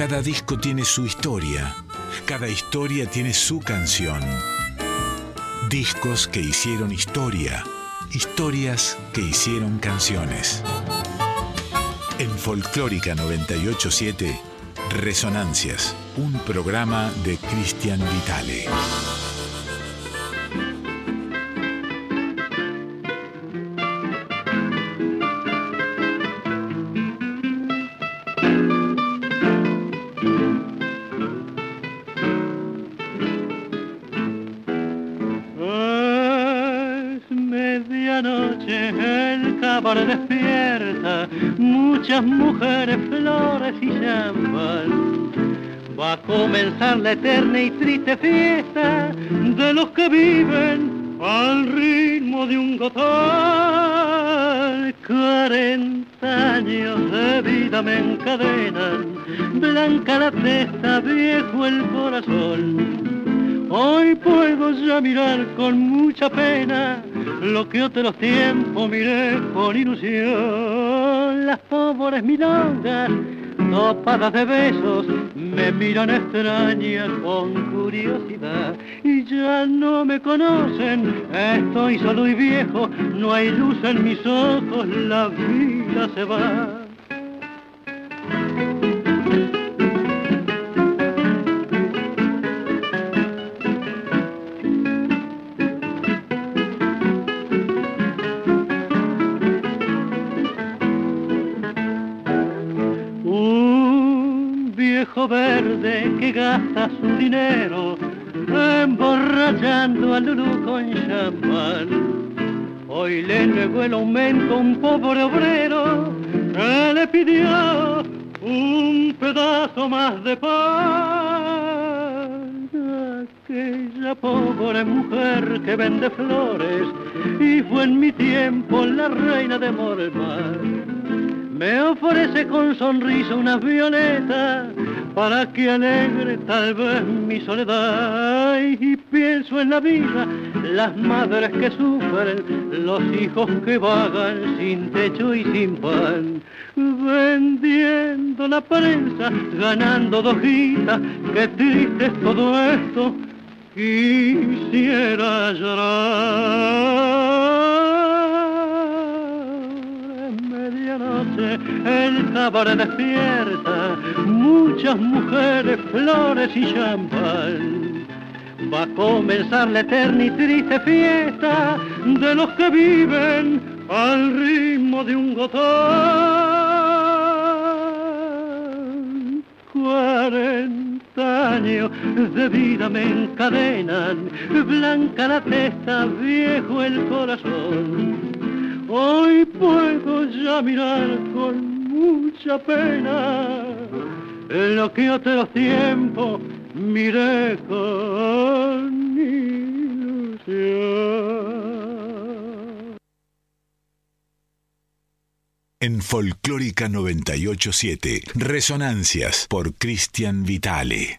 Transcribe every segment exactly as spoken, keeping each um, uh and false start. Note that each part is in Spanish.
Cada disco tiene su historia. Cada historia tiene su canción. Discos que hicieron historia. Historias que hicieron canciones. En Folclórica noventa y ocho punto siete, Resonancias, un programa de Cristian Vitale. Despierta, muchas mujeres, flores y champán. Va a comenzar la eterna y triste fiesta de los que viven al ritmo de un gotán. Cuarenta años de vida me encadenan, blanca la testa, viejo el corazón. Hoy puedo ya mirar con mucha pena lo que otros tiempos miré con ilusión. Las pobres milongas, topadas de besos, me miran extrañas con curiosidad. Y ya no me conocen, estoy solo y viejo, no hay luz en mis ojos, la vida se va. Verde que gasta su dinero emborrachando al Lulú con champán. Hoy le negó el aumento a un pobre obrero que le pidió un pedazo más de pan. Aquella pobre mujer que vende flores y fue en mi tiempo la reina de Mormar, me ofrece con sonrisa unas violetas para que alegre tal vez mi soledad. Y pienso en la vida, las madres que sufren, los hijos que vagan sin techo y sin pan, vendiendo la prensa, ganando dos guitas. Qué triste es todo esto, quisiera llorar. Medianoche el cabaret despierta, muchas mujeres, flores y champán. Va a comenzar la eterna y triste fiesta de los que viven al ritmo de un gotán. Cuarenta años de vida me encadenan, blanca la testa, viejo el corazón. Hoy puedo ya mirar con mucha pena lo que otros tiempos miré con ilusión. En Folclórica noventa y ocho punto siete, Resonancias por Cristian Vitale.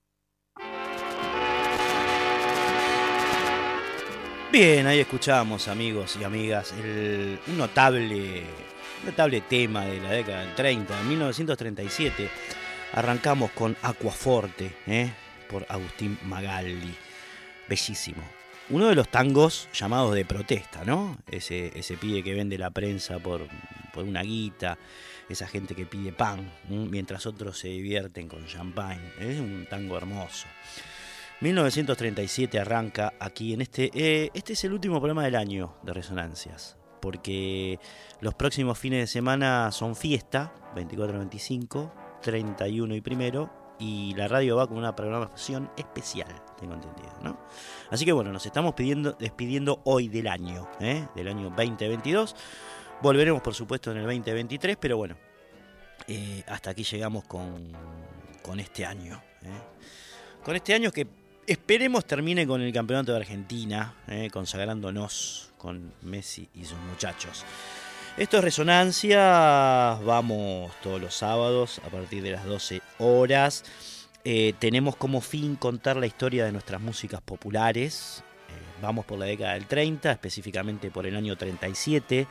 Bien, ahí escuchamos, amigos y amigas, el, un notable, notable tema de la década del treinta, en mil novecientos treinta y siete. Arrancamos con Aquaforte, ¿eh? por Agustín Magaldi. Bellísimo. Uno de los tangos llamados de protesta, ¿no? Ese, ese pibe que vende la prensa por, por una guita, esa gente que pide pan, ¿eh? mientras otros se divierten con champagne. Es un tango hermoso. mil novecientos treinta y siete arranca aquí en este... Eh, este es el último programa del año de Resonancias, porque los próximos fines de semana son fiesta, veinticuatro, veinticinco, treinta y uno y primero, y la radio va con una programación especial, tengo entendido, ¿no? Así que bueno, nos estamos pidiendo, despidiendo hoy del año, ¿eh? del año veinte veintidós. Volveremos, por supuesto, en el veinte veintitrés, pero bueno, eh, hasta aquí llegamos con, con este año, ¿eh? Con este año que esperemos termine con el campeonato de Argentina, eh, consagrándonos con Messi y sus muchachos. Esto es Resonancia, vamos todos los sábados a partir de las doce horas. Eh, tenemos como fin contar la historia de nuestras músicas populares. Eh, vamos por la década del treinta, específicamente por el año treinta y siete,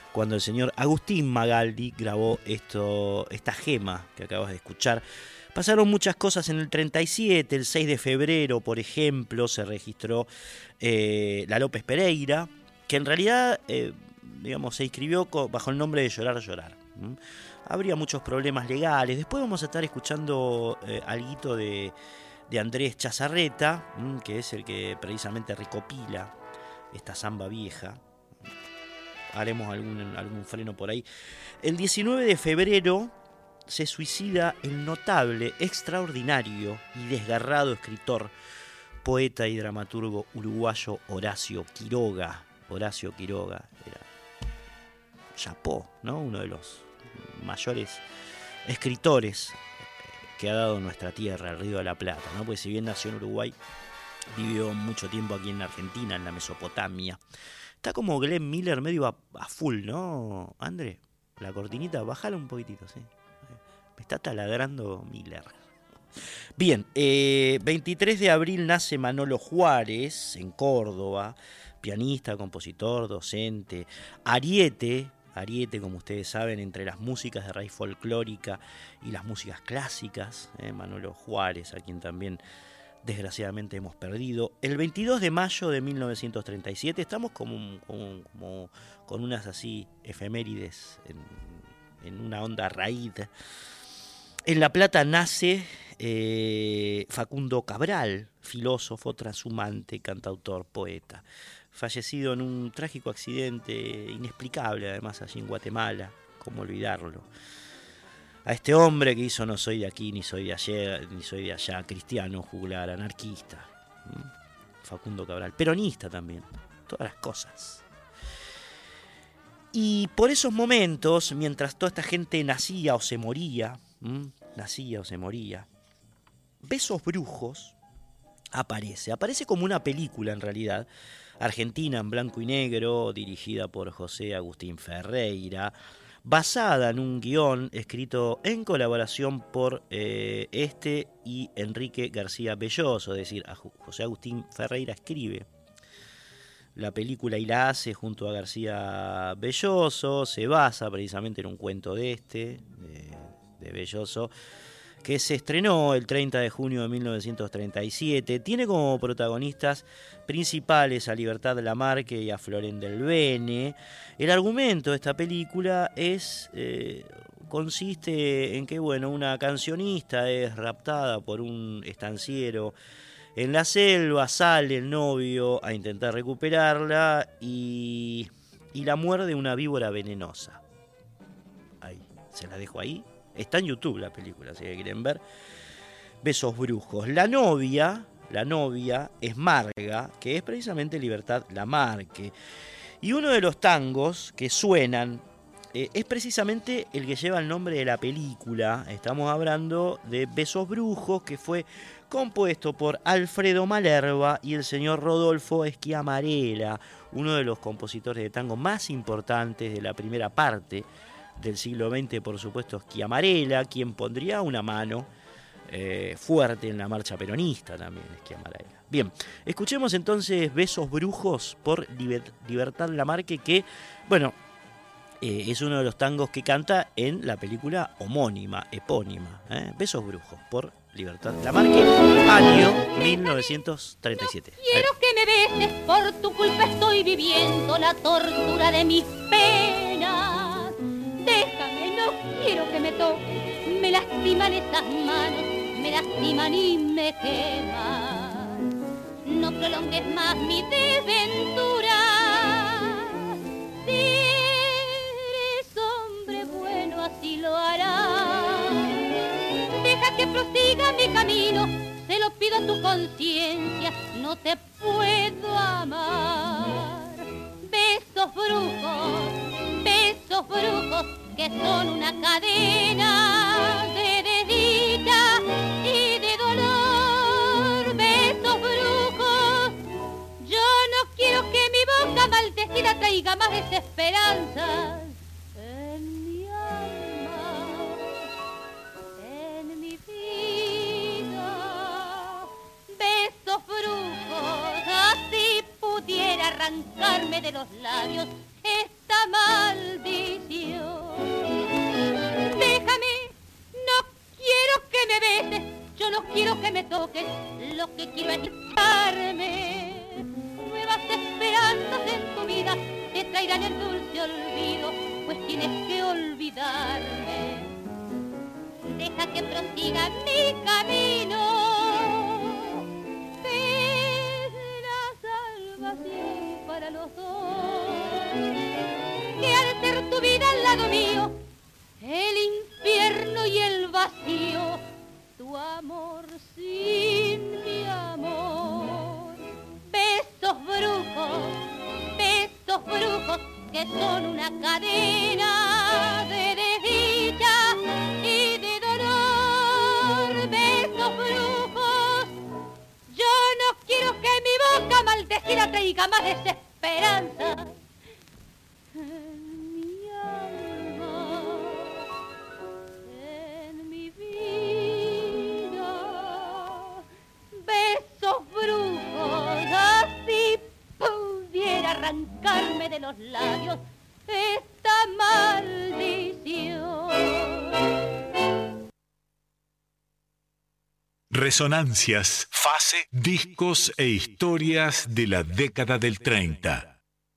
cuando el señor Agustín Magaldi grabó esto, esta gema que acabas de escuchar. Pasaron muchas cosas en el treinta y siete, el seis de febrero, por ejemplo, se registró eh, la López Pereira, que en realidad, eh, digamos, se inscribió bajo el nombre de Llorar, Llorar. ¿Mm? Habría muchos problemas legales. Después vamos a estar escuchando eh, alguito de, de Andrés Chazarreta, ¿m? que es el que precisamente recopila esta samba vieja. Haremos algún, algún freno por ahí. El diecinueve de febrero se suicida el notable, extraordinario y desgarrado escritor, poeta y dramaturgo uruguayo Horacio Quiroga. Horacio Quiroga era chapó, ¿no? Uno de los mayores escritores que ha dado nuestra tierra, el Río de la Plata, ¿no? Pues si bien nació en Uruguay, vivió mucho tiempo aquí en Argentina, en la Mesopotamia. Está como Glenn Miller medio a, a full, ¿no, André? La cortinita, bájala un poquitito, sí. Me está taladrando Miller. Bien, eh, veintitrés de abril nace Manolo Juárez, en Córdoba, pianista, compositor, docente, ariete, ariete, como ustedes saben, entre las músicas de raíz folclórica y las músicas clásicas, eh, Manolo Juárez, a quien también desgraciadamente hemos perdido. El veintidós de mayo de mil novecientos treinta y siete, estamos como, como, como con unas así efemérides en, en una onda raíz. En La Plata nace eh, Facundo Cabral, filósofo, transhumante, cantautor, poeta. Fallecido en un trágico accidente inexplicable, además, allí en Guatemala. ¿Cómo olvidarlo? A este hombre que hizo No soy de aquí, ni soy de allá, ni soy de allá, cristiano, juglar, anarquista. ¿Mm? Facundo Cabral, peronista también, todas las cosas. Y por esos momentos, mientras toda esta gente nacía o se moría, ¿Mm? nacía o se moría, Besos Brujos aparece, aparece como una película en realidad, argentina en blanco y negro, dirigida por José Agustín Ferreira, basada en un guión escrito en colaboración por eh, este y Enrique García Belloso, es decir, a José Agustín Ferreira escribe la película y la hace junto a García Belloso, se basa precisamente en un cuento de este, de, de Belloso, que se estrenó el treinta de junio de mil novecientos treinta y siete. Tiene como protagonistas principales a Libertad Lamarque y a Florén del Bene. El argumento de esta película es eh, consiste en que bueno, una cancionista es raptada por un estanciero en la selva, sale el novio a intentar recuperarla y, y la muerde una víbora venenosa. Ahí, se la dejo ahí. Está en YouTube la película, si quieren ver. Besos Brujos. La novia, la novia es Marga, que es precisamente Libertad Lamarque. Y uno de los tangos que suenan eh, es precisamente el que lleva el nombre de la película. Estamos hablando de Besos Brujos, que fue compuesto por Alfredo Malerba y el señor Rodolfo Schiamarella, uno de los compositores de tango más importantes de la primera parte del siglo veinte, por supuesto, Schiamarella, quien pondría una mano eh, fuerte en la marcha peronista también, Schiamarella. Bien, escuchemos entonces Besos Brujos por Libertad Lamarque, que, bueno, eh, es uno de los tangos que canta en la película homónima, epónima, ¿eh? Besos Brujos por Libertad Lamarque, año mil novecientos treinta y siete. No quiero que me beses, por tu culpa estoy viviendo la tortura de mis penas. Déjame, no quiero que me toques, me lastiman esas manos, me lastiman y me queman. No prolongues más mi desventura, si eres hombre bueno así lo harás. Deja que prosiga mi camino, se lo pido a tu conciencia, no te puedo amar. Besos brujos, besos brujos, que son una cadena de desdicha y de dolor. Besos brujos, yo no quiero que mi boca maldecida traiga más desesperanzas en mi alma, en mi vida. Besos brujos, así pudiera arrancarme de los labios esta maldición. toques, lo que quiero es darme. Nuevas esperanzas en tu vida te traerán el dulce olvido, pues tienes que olvidarme. Deja que prosiga mi camino, es la salvación para los dos. Que al ser tu vida al lado mío, el infierno y el vacío, tu amor sin mi amor. Besos brujos, besos brujos, que son una cadena de desdicha y de dolor. Besos brujos, yo no quiero que mi boca maldecida traiga más desesperanza. En mi alma, en mi vida, besos brujos, así pudiera arrancarme de los labios esta maldición. Resonancias, fase, discos e historias de la década del treinta.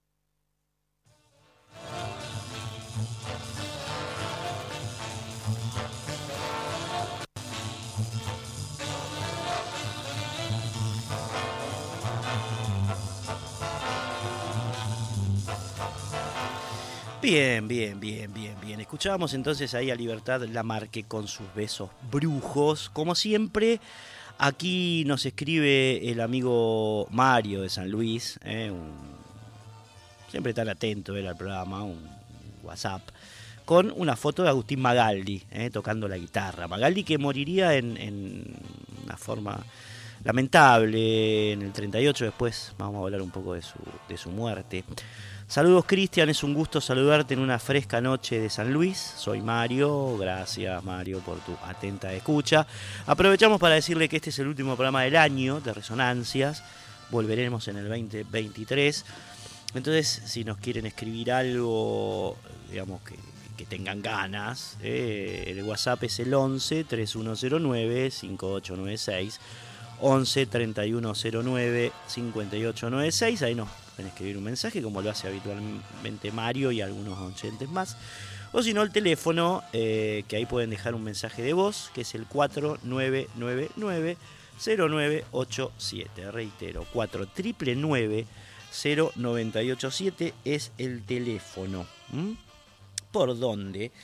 Bien, bien, bien, bien, bien. Escuchábamos entonces ahí a Libertad Lamarque con sus besos brujos. Como siempre, aquí nos escribe el amigo Mario de San Luis, eh, un, siempre tan atento él al programa, un WhatsApp, con una foto de Agustín Magaldi, eh, tocando la guitarra. Magaldi que moriría en, en una forma lamentable en el treinta y ocho, después vamos a hablar un poco de su, de su muerte. Saludos, Cristian, es un gusto saludarte en una fresca noche de San Luis. Soy Mario, gracias Mario por tu atenta escucha. Aprovechamos para decirle que este es el último programa del año de Resonancias. Volveremos en el veinte veintitrés. Entonces, si nos quieren escribir algo, digamos que, que tengan ganas, eh, el WhatsApp es el once, treinta y uno cero nueve, cincuenta y ocho noventa y seis. once, treinta y uno cero nueve, cincuenta y ocho noventa y seis. Ahí nos pueden escribir un mensaje como lo hace habitualmente Mario y algunos oyentes más, o si no el teléfono, eh, que ahí pueden dejar un mensaje de voz, que es el cuatro nueve nueve nueve, cero nueve ocho siete. Reitero, cuatro nueve nueve, cero nueve ocho siete es el teléfono ¿Mm? por donde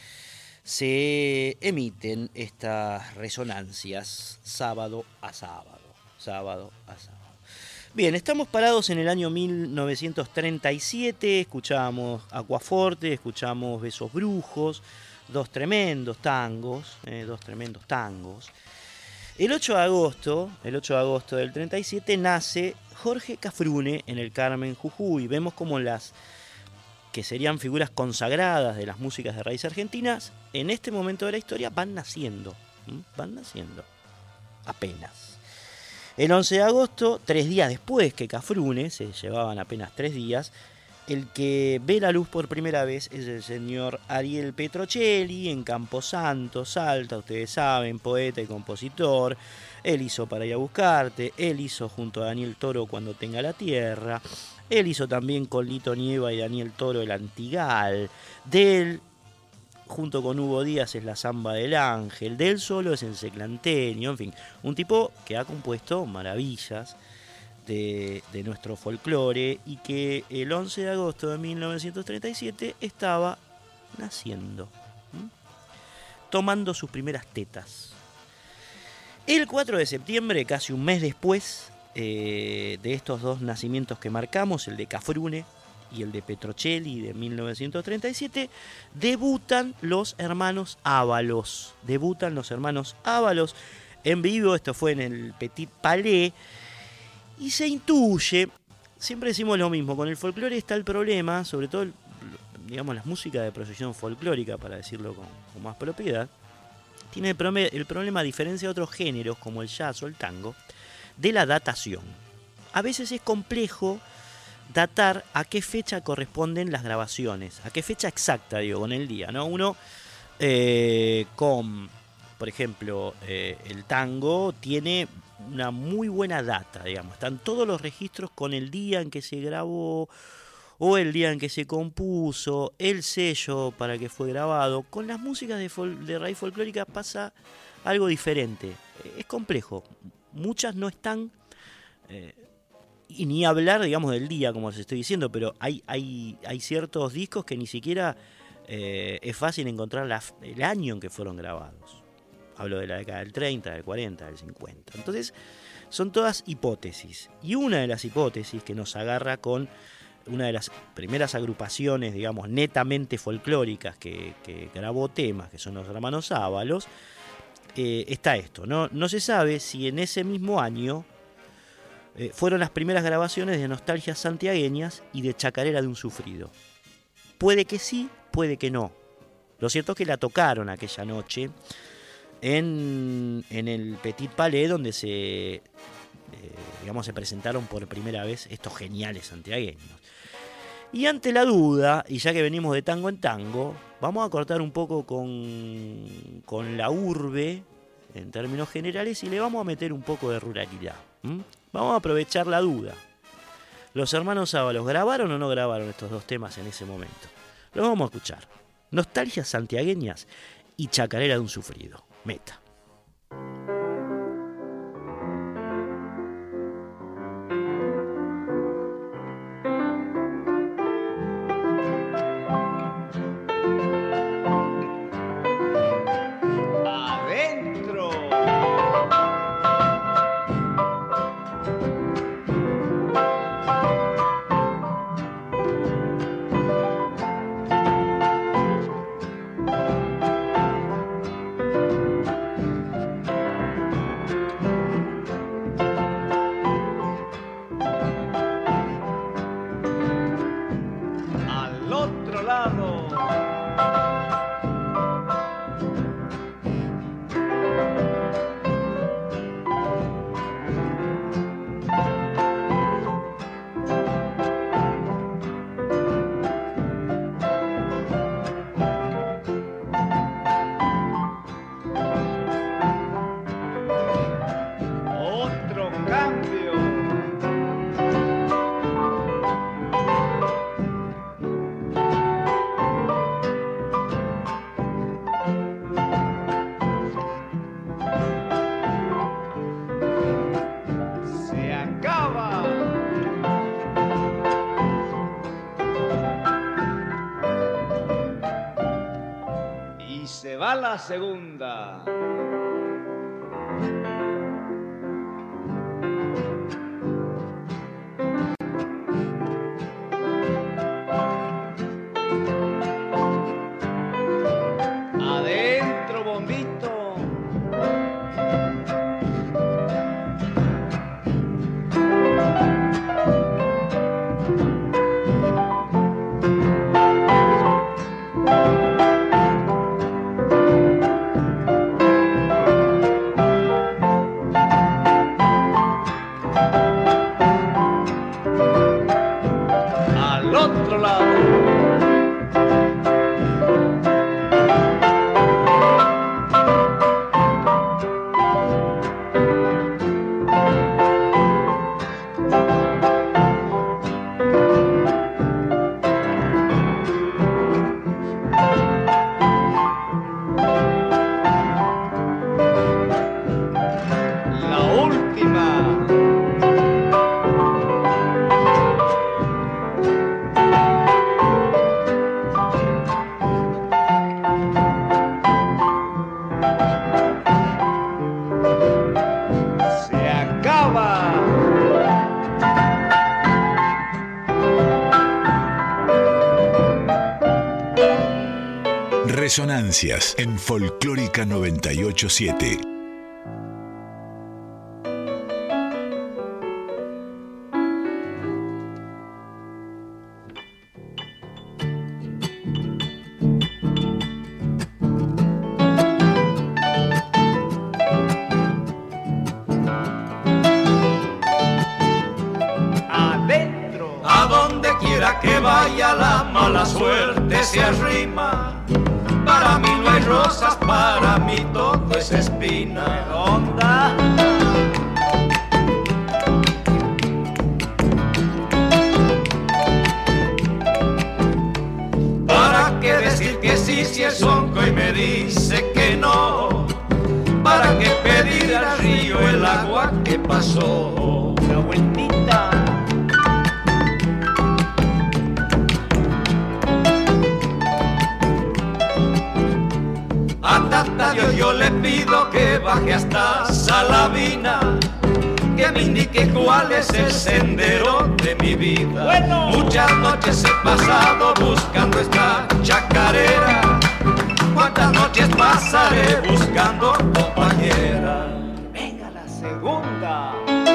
se emiten estas resonancias sábado a sábado, sábado a sábado. Bien, estamos parados en el año mil novecientos treinta y siete, escuchamos Aquaforte, escuchamos Besos Brujos, dos tremendos tangos, eh, dos tremendos tangos. El ocho de agosto, el ocho de agosto del treinta y siete nace Jorge Cafrune en el Carmen, Jujuy. Vemos como las que serían figuras consagradas de las músicas de raíz argentinas, en este momento de la historia van naciendo, ¿m? van naciendo, apenas. El once de agosto, tres días después que Cafrune, se llevaban apenas tres días, el que ve la luz por primera vez es el señor Ariel Petrocelli en Camposanto, Salta, ustedes saben, poeta y compositor. Él hizo Para ir a buscarte, él hizo junto a Daniel Toro Cuando tenga la tierra, él hizo también con Lito Nieva y Daniel Toro El Antigal, de él junto con Hugo Díaz es La Zamba del Ángel, de él solo es El Seclanteño, en fin, un tipo que ha compuesto maravillas de, de nuestro folclore y que el once de agosto de mil novecientos treinta y siete estaba naciendo, ¿m? tomando sus primeras tetas. El cuatro de septiembre, casi un mes después eh, de estos dos nacimientos que marcamos, el de Cafrune y el de Petrocelli de mil novecientos treinta y siete, debutan los hermanos Ábalos. Debutan los hermanos Ábalos en vivo, esto fue en el Petit Palais, y se intuye, siempre decimos lo mismo, con el folclore está el problema, sobre todo, digamos, las músicas de procesión folclórica, para decirlo con, con más propiedad, tiene el problema, el problema, a diferencia de otros géneros como el jazz o el tango, de la datación. A veces es complejo datar a qué fecha corresponden las grabaciones, a qué fecha exacta, digo, con el día, ¿no? Uno eh, con, por ejemplo, eh, el tango tiene una muy buena data, digamos. Están todos los registros con el día en que se grabó o el día en que se compuso, el sello para que fue grabado. Con las músicas de, fol- de raíz folclórica pasa algo diferente. Es complejo. Muchas no están, eh, y ni hablar, digamos, del día, como les estoy diciendo, pero hay, hay, hay ciertos discos que ni siquiera eh, es fácil encontrar la, el año en que fueron grabados. Hablo de la década del treinta, del cuarenta, del cincuenta. Entonces, son todas hipótesis. Y una de las hipótesis que nos agarra con una de las primeras agrupaciones, digamos, netamente folclóricas que, que grabó temas, que son los hermanos Ábalos, eh, está esto, ¿no? No se sabe si en ese mismo año eh, fueron las primeras grabaciones de Nostalgias Santiagueñas y de Chacarera de un Sufrido. Puede que sí, puede que no. Lo cierto es que la tocaron aquella noche en, en el Petit Palais, donde se, eh, digamos, se presentaron por primera vez estos geniales santiagueños. Y ante la duda, y ya que venimos de tango en tango, vamos a cortar un poco con, con la urbe, en términos generales, y le vamos a meter un poco de ruralidad. ¿Mm? Vamos a aprovechar la duda. ¿Los hermanos Ábalos grabaron o no grabaron estos dos temas en ese momento? Los vamos a escuchar. Nostalgias Santiagueñas y Chacarera de un Sufrido. Meta. Va la segunda. Adentro, bombito. Resonancias en Folclórica noventa y ocho punto siete. Adentro, a donde quiera que vaya la mala suerte se arrima. Para mí no hay rosas, para mí todo es espina. Redonda. me dice que no. ¿Para qué pedir al río el agua que pasó? Una vueltita. A Tata Dios yo le pido que baje hasta Salavina, que me indique cuál es el sendero de mi vida. Bueno. Muchas noches he pasado buscando esta chacarera. ¿Cuántas noches pasaré buscando compañera? Venga la segunda.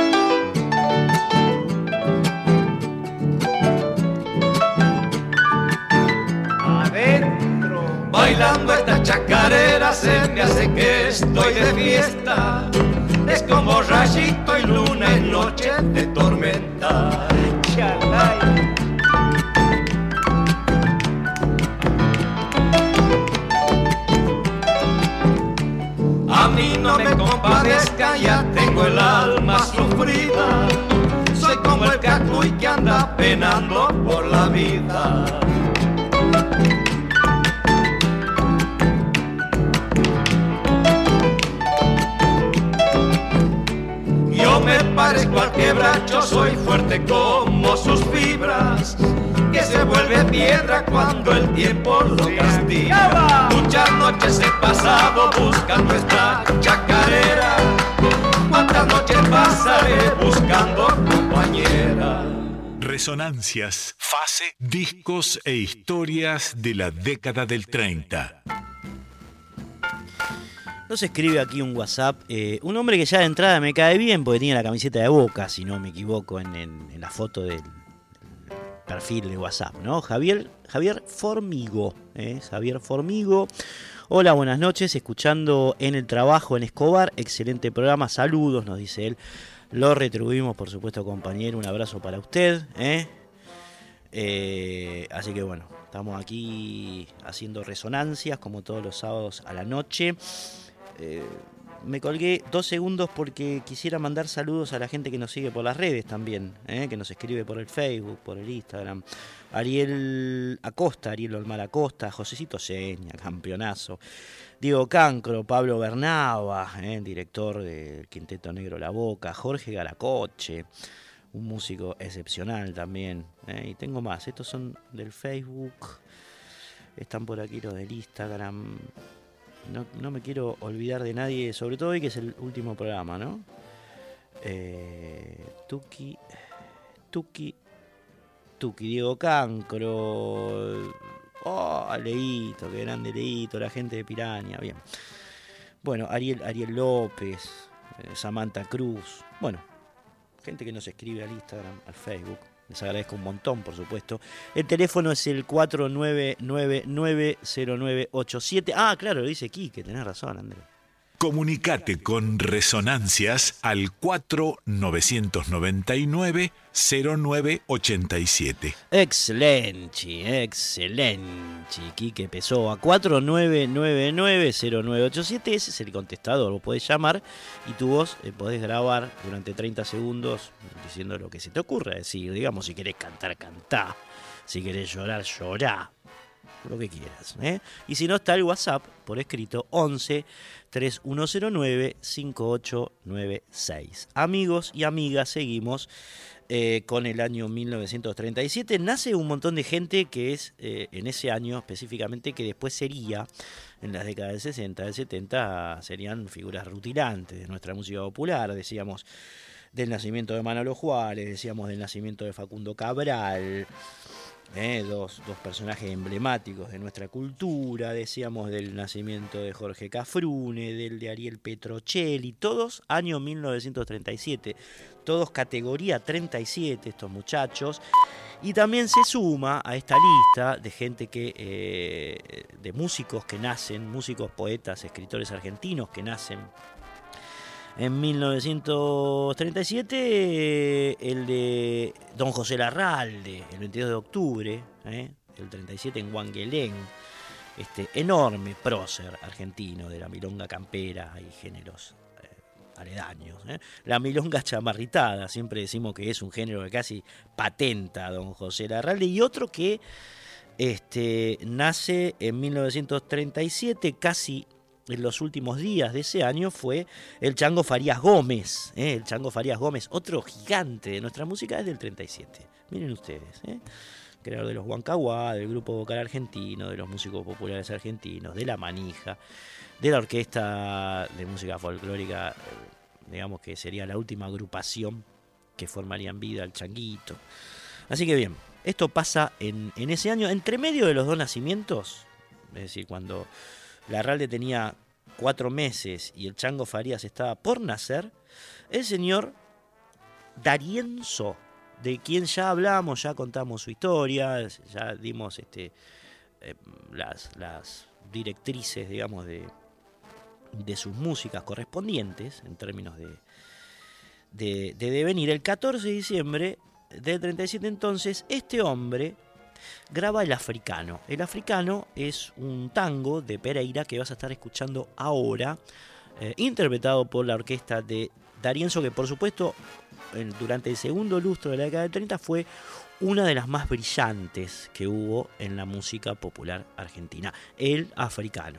Adentro. Bailando esta chacarera se me hace que estoy de fiesta. Es como rayito y luna en noche de tormenta. Chalay. A mí no me compadezca, ya tengo el alma sufrida. Soy como el cacuy que anda penando por la vida. Yo me parezco al quebracho, soy fuerte como sus fibras, que se vuelve piedra cuando el tiempo lo castiga. Muchas noches he pasado buscando esta chacarera. ¿Cuántas noches pasaré buscando compañera? Resonancias, fase, discos e historias de la década del treinta. Nos escribe aquí un WhatsApp, eh, un hombre que ya de entrada me cae bien porque tiene la camiseta de Boca, si no me equivoco, en, en, en la foto del perfil de WhatsApp, ¿no? Javier, Javier Formigo, ¿eh? Javier Formigo. Hola, buenas noches, escuchando en el trabajo en Escobar, excelente programa, saludos, nos dice él. Lo retribuimos, por supuesto, compañero, un abrazo para usted, ¿eh? Eh, así que bueno, estamos aquí haciendo resonancias como todos los sábados a la noche. Eh, me colgué dos segundos porque quisiera mandar saludos a la gente que nos sigue por las redes también, ¿eh? Que nos escribe por el Facebook, por el Instagram. Ariel Acosta, Ariel Olmar Acosta, Josecito Seña, campeonazo. Diego Cancro, Pablo Bernaba, ¿eh? Director del Quinteto Negro La Boca. Jorge Garacoche, un músico excepcional también, ¿eh? Y tengo más, estos son del Facebook, están por aquí los del Instagram. No, no me quiero olvidar de nadie, sobre todo hoy que es el último programa, ¿no? Eh, Tuki, Tuki, Tuki, Diego Cancro, oh, Leito, qué grande Leito, la gente de Piraña, bien. Bueno, Ariel, Ariel López, eh, Samantha Cruz, bueno, gente que nos escribe al Instagram, al Facebook. Les agradezco un montón, por supuesto. El teléfono es el cuatro nueve nueve nueve cero nueve ocho siete. Ah, claro, lo dice Quique, tenés razón, Andrés. Comunicate con Resonancias al cuatro nueve nueve nueve cero nueve ocho siete. Excelente, excelente. Quique Pessoa, cuatro nueve nueve nueve cero nueve ocho siete. Ese es el contestador, vos podés llamar y tu voz eh, podés grabar durante treinta segundos diciendo lo que se te ocurra decir. Digamos, si querés cantar, cantá. Si querés llorar, llorá. Lo que quieras, ¿eh? Y si no, está el WhatsApp por escrito once tres uno cero nueve cinco ocho nueve seis. Amigos y amigas, seguimos eh, con el año mil novecientos treinta y siete. Nace un montón de gente que es eh, en ese año específicamente, que después sería, en las décadas del sesenta, del setenta, serían figuras rutilantes de nuestra música popular. Decíamos del nacimiento de Manolo Juárez, decíamos del nacimiento de Facundo Cabral. Eh, dos, dos personajes emblemáticos de nuestra cultura, decíamos del nacimiento de Jorge Cafrune, del de Ariel Petrocelli, todos año mil novecientos treinta y siete, todos categoría treinta y siete estos muchachos, y también se suma a esta lista de gente que, eh, de músicos que nacen, músicos, poetas, escritores argentinos que nacen en mil novecientos treinta y siete, el de Don José Larralde, el veintidós de octubre, ¿eh? el treinta y siete en Huanguelén, este enorme prócer argentino de la milonga campera y géneros eh, aledaños. ¿eh? La milonga chamarritada, siempre decimos que es un género que casi patenta a Don José Larralde, y otro que Este, nace en mil novecientos treinta y siete, casi en los últimos días de ese año fue el Chango Farías Gómez, ¿eh? el Chango Farías Gómez, otro gigante de nuestra música desde el treinta y siete. Miren ustedes, ¿eh? creador de los Huancahuá, del grupo vocal argentino, de los músicos populares argentinos, de La Manija, de la orquesta de música folclórica, digamos que sería la última agrupación que formarían vida el Changuito. Así que bien, esto pasa en, en ese año, entre medio de los dos nacimientos, es decir, cuando Larralde tenía cuatro meses y el Chango Farías estaba por nacer, el señor D'Arienzo, de quien ya hablamos, ya contamos su historia, ya dimos este, eh, las, las directrices, digamos, de, de sus músicas correspondientes en términos de, de, de devenir. El catorce de diciembre del treinta y siete entonces, este hombre graba El Africano. El Africano es un tango de Pereira que vas a estar escuchando ahora, eh, interpretado por la orquesta de D'Arienzo, que por supuesto durante el segundo lustro de la década del treinta fue una de las más brillantes que hubo en la música popular argentina, El Africano.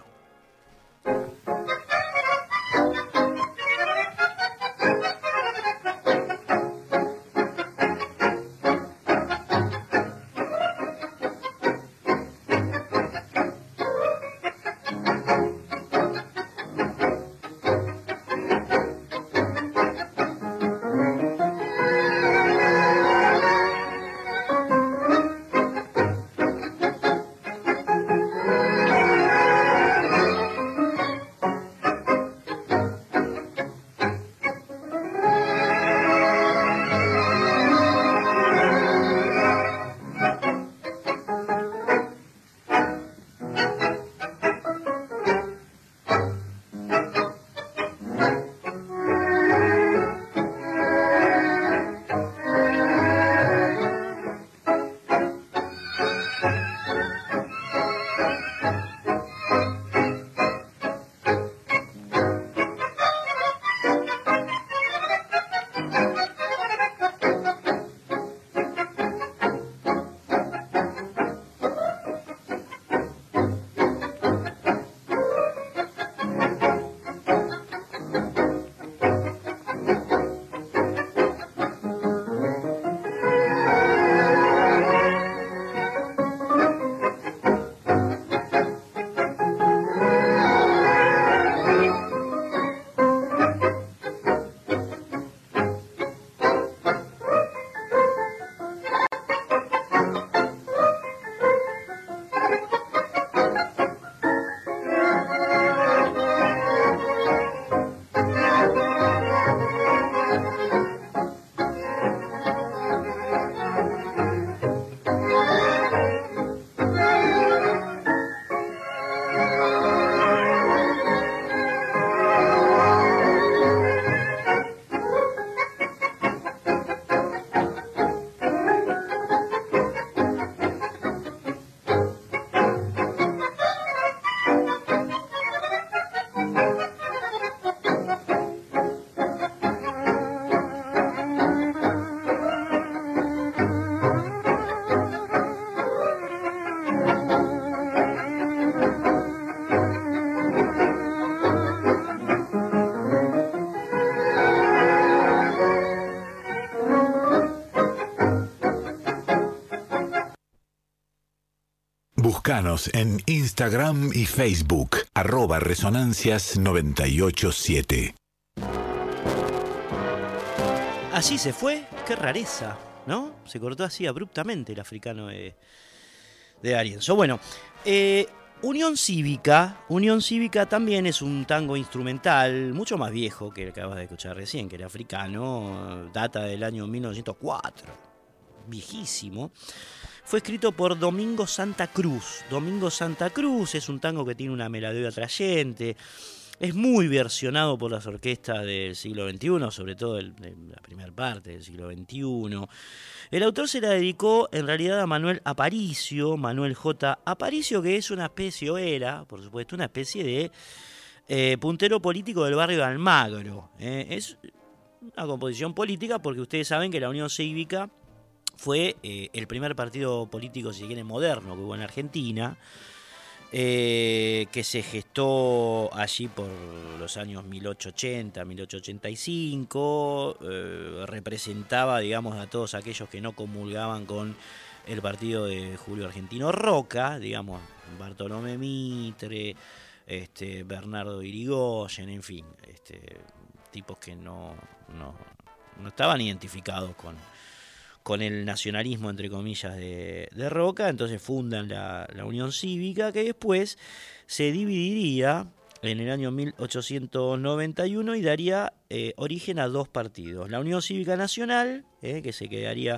Búscanos en Instagram y Facebook, arroba Resonancias noventa y ocho siete. Así se fue, qué rareza, ¿no? Se cortó así abruptamente El Africano de, de D'Arienzo. Bueno, eh, Unión Cívica, Unión Cívica también es un tango instrumental mucho más viejo que el que acabas de escuchar recién, que El Africano, data del año mil novecientos cuatro, viejísimo. Fue escrito por Domingo Santa Cruz. Domingo Santa Cruz es un tango que tiene una melodía atrayente. Es muy versionado por las orquestas del siglo veintiuno, sobre todo el, de la primera parte del siglo veintiuno. El autor se la dedicó en realidad a Manuel Aparicio, Manuel J. Aparicio, que es una especie, o era, por supuesto, una especie de eh, puntero político del barrio de Almagro. Eh, es una composición política porque ustedes saben que la Unión Cívica fue eh, el primer partido político, si se quiere, moderno que hubo en Argentina, eh, que se gestó allí por los años mil ochocientos ochenta, mil ochocientos ochenta y cinco, eh, representaba, digamos, a todos aquellos que no comulgaban con el partido de Julio Argentino Roca, digamos, Bartolomé Mitre, este, Bernardo Irigoyen, en fin, este, tipos que no, no, no estaban identificados con, con el nacionalismo, entre comillas, de, de Roca. Entonces fundan la, la Unión Cívica, que después se dividiría en el año mil ochocientos noventa y uno y daría eh, origen a dos partidos. La Unión Cívica Nacional, eh, que se quedaría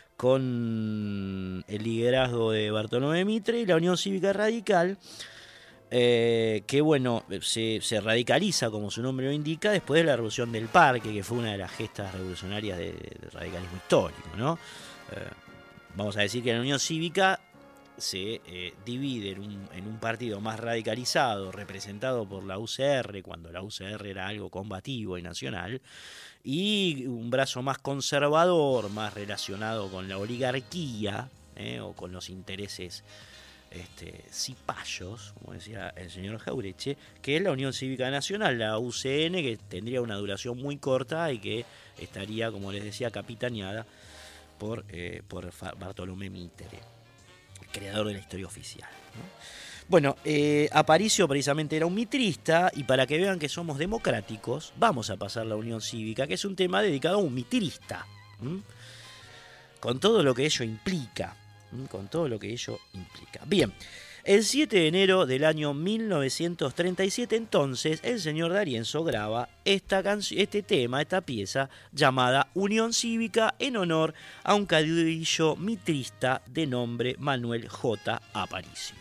con el liderazgo de Bartolomé Mitre, y la Unión Cívica Radical, eh, que bueno, se, se radicaliza, como su nombre lo indica, después de la Revolución del Parque, que fue una de las gestas revolucionarias de, de radicalismo histórico, ¿no? Eh, vamos a decir que la Unión Cívica se eh, divide en un, en un partido más radicalizado, representado por la U C R, cuando la U C R era algo combativo y nacional, y un brazo más conservador, más relacionado con la oligarquía, eh, o con los intereses este, cipayos, como decía el señor Jaureche, que es la Unión Cívica Nacional, la U C N, que tendría una duración muy corta y que estaría, como les decía, capitaneada por, eh, por Bartolomé Mitre, el creador de la historia oficial, ¿no? Bueno, eh, Aparicio precisamente era un mitrista, y para que vean que somos democráticos, vamos a pasar la Unión Cívica, que es un tema dedicado a un mitrista, ¿m? con todo lo que ello implica, ¿m? con todo lo que ello implica. Bien, el siete de enero del año mil novecientos treinta y siete, entonces, el señor D'Arienzo graba esta canción, este tema, esta pieza llamada Unión Cívica, en honor a un caudillo mitrista de nombre Manuel J. Aparicio.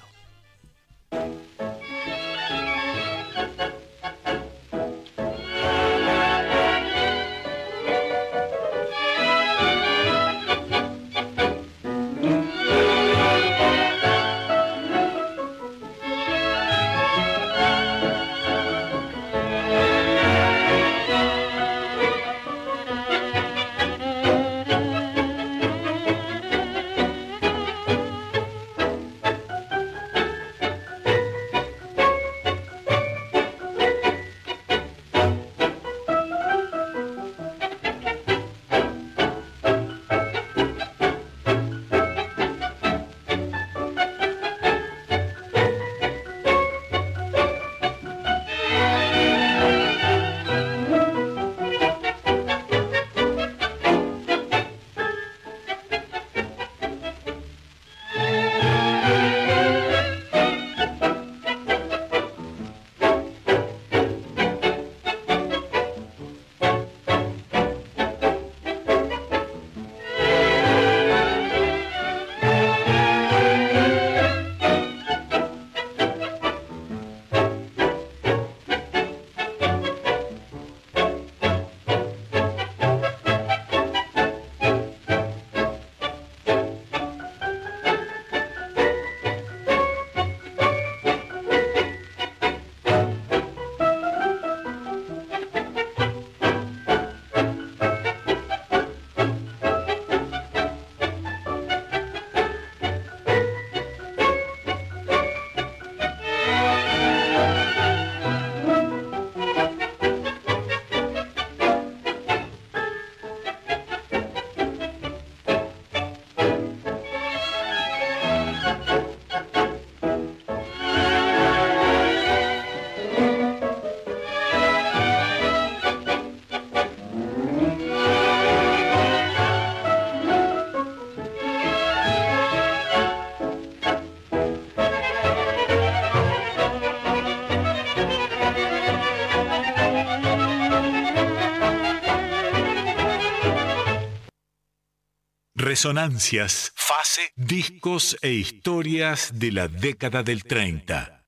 Resonancias, fase, discos e historias de la década del treinta.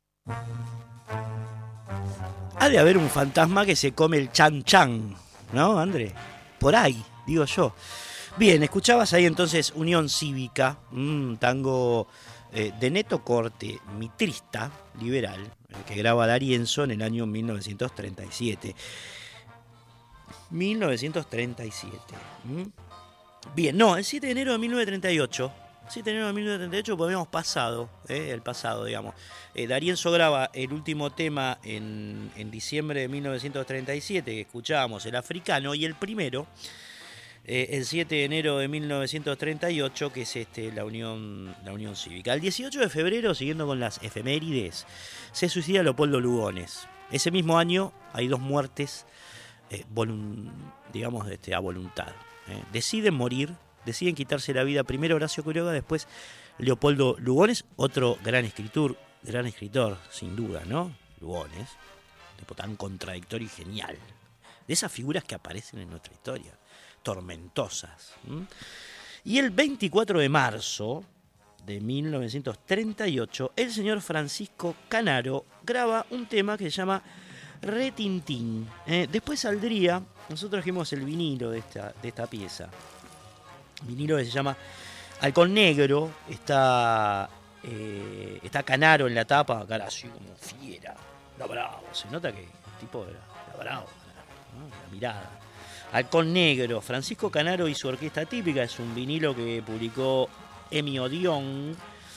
Ha de haber un fantasma que se come el chan chan, ¿no, André? Por ahí, digo yo. Bien, escuchabas ahí entonces Unión Cívica, un tango eh, de neto corte mitrista, liberal, eh, que graba D'Arienzo en el año mil novecientos treinta y siete. mil novecientos treinta y siete. ¿Mm? Bien, no, el siete de enero de mil novecientos treinta y ocho. siete de enero de mil novecientos treinta y ocho, pues habíamos pasado, eh, el pasado, digamos. Eh, D'Arienzo graba el último tema en, en diciembre de mil novecientos treinta y siete, que escuchábamos, El Africano, y el primero, eh, el siete de enero de mil novecientos treinta y ocho, que es este, la, Unión, la Unión Cívica. El dieciocho de febrero, siguiendo con las efemérides, se suicida Leopoldo Lugones. Ese mismo año hay dos muertes, eh, volun, digamos, este, a voluntad. Eh. Deciden morir, deciden quitarse la vida primero Horacio Quiroga, después Leopoldo Lugones, otro gran escritor, gran escritor, sin duda, ¿no? Lugones, tipo tan contradictorio y genial. De esas figuras que aparecen en nuestra historia, tormentosas. ¿Mm? Y el veinticuatro de marzo de mil novecientos treinta y ocho, el señor Francisco Canaro graba un tema que se llama Retintín. Eh, después saldría, nosotros trajimos el vinilo de esta, de esta pieza. Vinilo que se llama Halcón Negro. Está, eh, está Canaro en la tapa, cara así como fiera. Era bravo, se nota que el tipo era, era bravo, ¿no? La mirada. Halcón Negro, Francisco Canaro y su orquesta típica. Es un vinilo que publicó Emi Odeón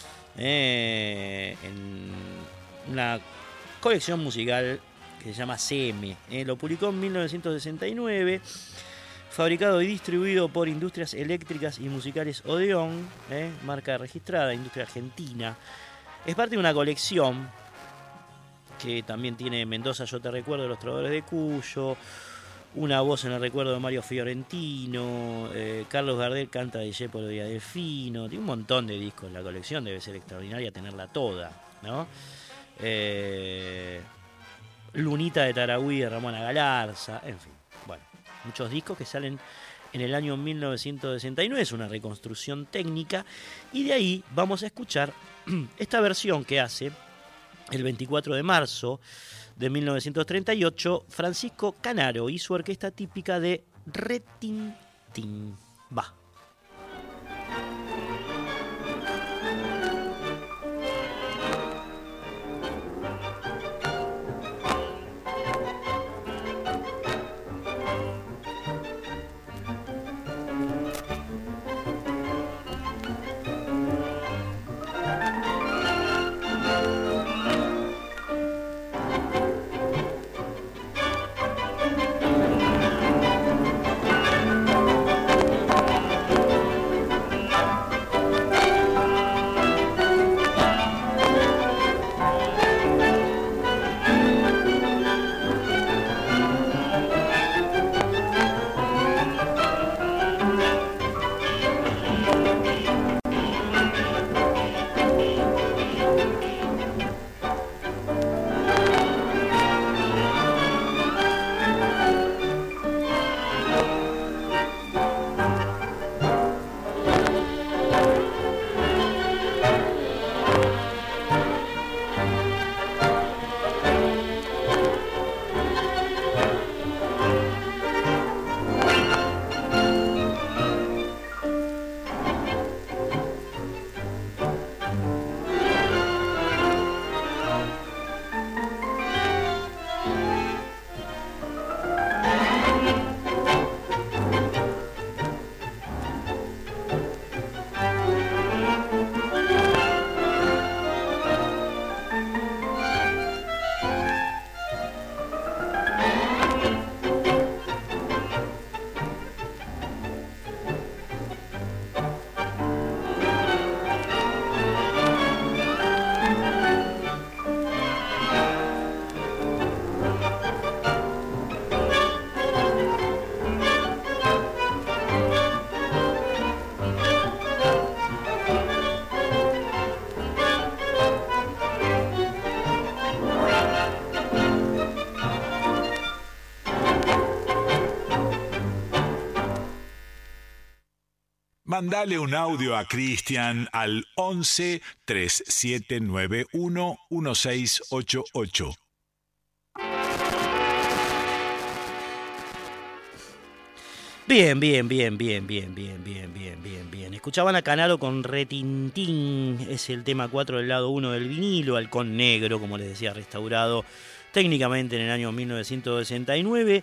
eh, en una colección musical que se llama C M. Eh, lo publicó en mil novecientos sesenta y nueve, fabricado y distribuido por Industrias Eléctricas y Musicales Odeón, eh, marca registrada, industria argentina. Es parte de una colección que también tiene Mendoza, Yo te recuerdo, Los Trovadores de Cuyo, Una voz en el recuerdo de Mario Fiorentino, eh, Carlos Gardel canta de Discepolo Díaz Delfino. Tiene un montón de discos en la colección, debe ser extraordinaria tenerla toda, ¿no? Eh, Lunita de Tarahui de Ramona Galarza, en fin, bueno, muchos discos que salen en el año mil novecientos sesenta y nueve, es una reconstrucción técnica, y de ahí vamos a escuchar esta versión que hace el veinticuatro de marzo de mil novecientos treinta y ocho, Francisco Canaro y su orquesta típica de Retintín. Va. Mandale un audio a Cristian al once, treinta y siete noventa y uno, dieciséis ochenta y ocho. Bien, bien, bien, bien, bien, bien, bien, bien, bien, bien. Escuchaban a Canaro con Retintín, es el tema cuatro del lado uno del vinilo, Halcón Negro, como les decía, restaurado técnicamente en el año mil novecientos sesenta y nueve.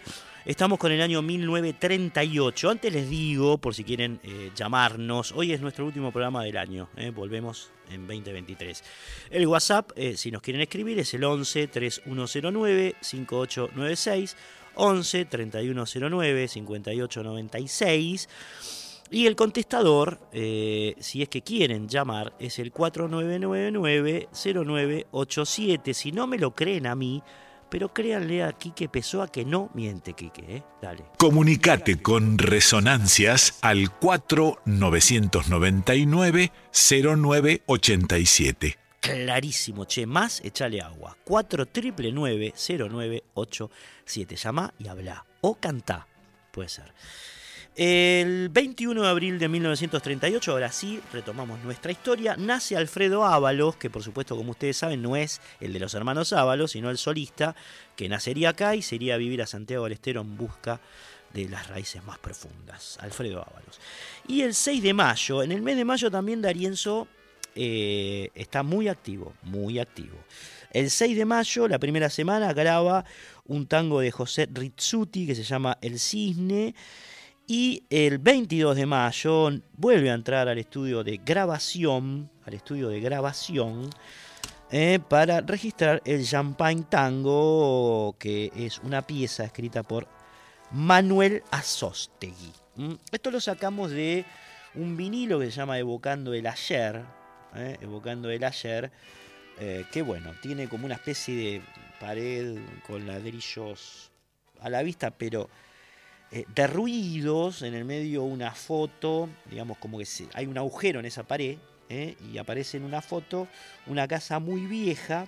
Estamos con el año mil novecientos treinta y ocho. Antes les digo, por si quieren eh, llamarnos, hoy es nuestro último programa del año. Eh, volvemos en veinte veintitrés. El WhatsApp, eh, si nos quieren escribir, es el once, treinta y uno cero nueve, cincuenta y ocho noventa y seis. once, treinta y uno cero nueve, cincuenta y ocho noventa y seis. Y el contestador, eh, si es que quieren llamar, es el cuatro nueve nueve nueve, cero nueve ocho siete. Si no me lo creen a mí, pero créanle a Quique Pessoa que no miente, Quique, ¿eh? Dale. Comunicate con Resonancias al cuatro nueve nueve nueve, cero nueve ocho siete. Clarísimo, che, más échale agua. cuatro nueve nueve, cero nueve ocho siete. Llama y habla. O cantá, puede ser. El veintiuno de abril de mil novecientos treinta y ocho, ahora sí, retomamos nuestra historia, nace Alfredo Ábalos, que por supuesto, como ustedes saben, no es el de los hermanos Ábalos, sino el solista, que nacería acá y se iría a vivir a Santiago del Estero en busca de las raíces más profundas. Alfredo Ábalos. Y el seis de mayo, en el mes de mayo también D'Arienzo eh, está muy activo, muy activo. El seis de mayo, la primera semana, graba un tango de José Rizzuti que se llama El Cisne. Y el veintidós de mayo vuelve a entrar al estudio de grabación, al estudio de grabación, eh, para registrar el Champagne Tango, que es una pieza escrita por Manuel Azóstegui. ¿Mm? Esto lo sacamos de un vinilo que se llama Evocando el Ayer, eh, Evocando el Ayer, eh, que bueno, tiene como una especie de pared con ladrillos a la vista, pero Eh, derruidos, en el medio una foto, digamos como que se, hay un agujero en esa pared, eh, y aparece en una foto una casa muy vieja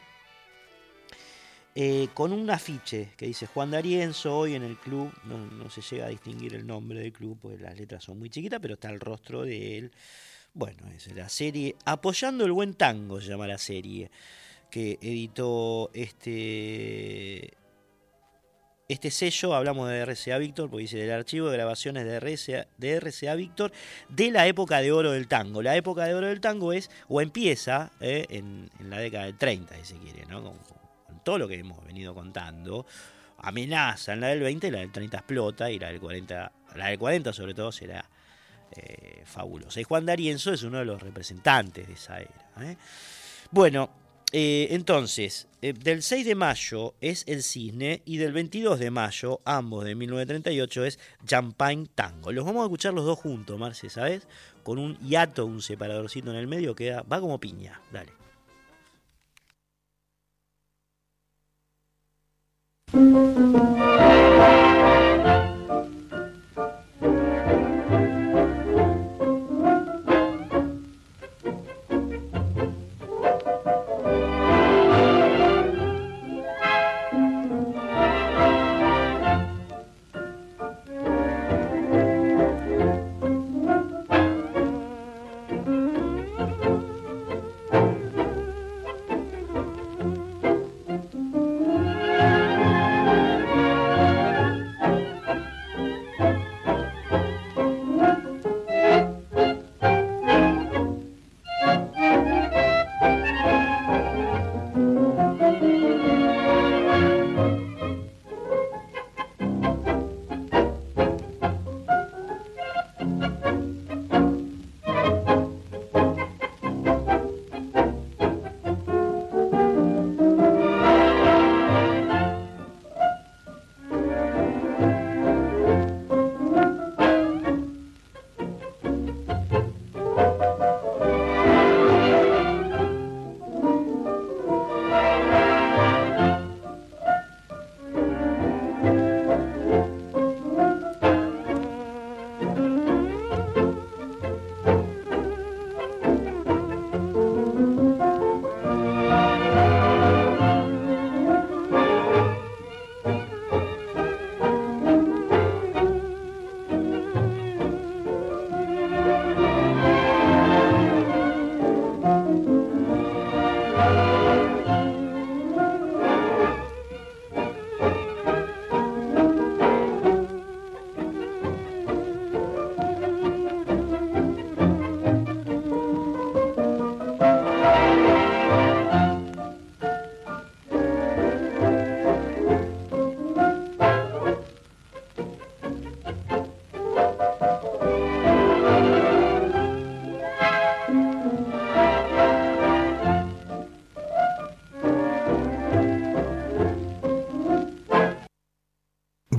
eh, con un afiche que dice Juan D'Arienzo hoy en el club. No, no se llega a distinguir el nombre del club porque las letras son muy chiquitas, pero está el rostro de él. Bueno, es la serie Apoyando el Buen Tango, se llama la serie, que editó este... Este sello, hablamos de R C A Víctor, porque dice del archivo de grabaciones de R C A, de R C A Víctor de la época de oro del tango. La época de oro del tango es, o empieza, eh, en, en la década del treinta, si se quiere, ¿no? Con, con todo lo que hemos venido contando. Amenaza en la del veinte, la del treinta explota, y la del cuarenta, la del cuarenta sobre todo será eh, fabulosa. Y Juan D'Arienzo es uno de los representantes de esa era, ¿eh? Bueno, Eh, entonces, eh, del seis de mayo es El Cisne y del veintidós de mayo, ambos de mil novecientos treinta y ocho, es Champagne Tango. Los vamos a escuchar los dos juntos, Marce, ¿sabes? Con un hiato, un separadorcito en el medio, queda, va como piña. Dale.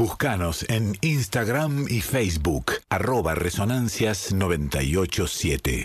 Búscanos en Instagram y Facebook, arroba Resonancias noventa y ocho siete.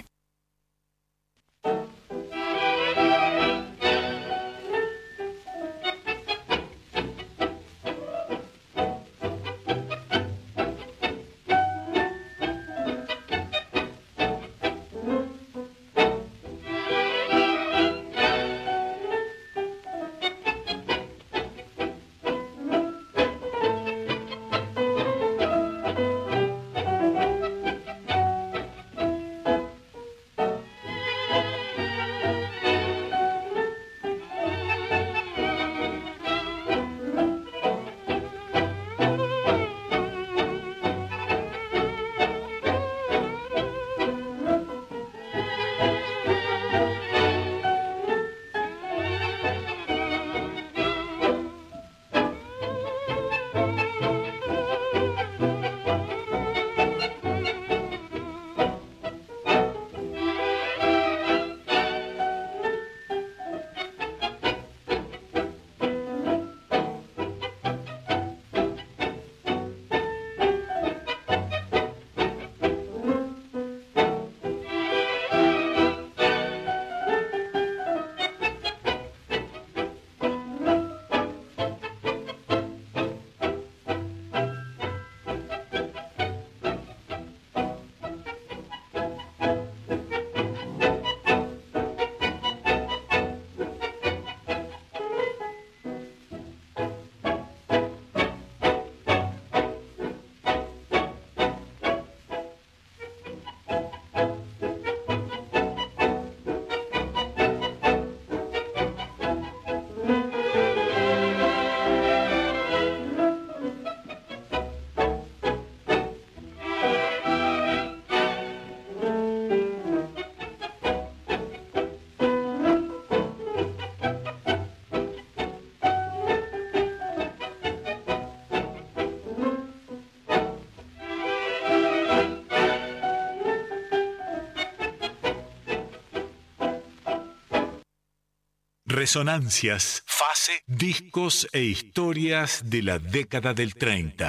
Resonancias, fase, discos e historias de la década del treinta.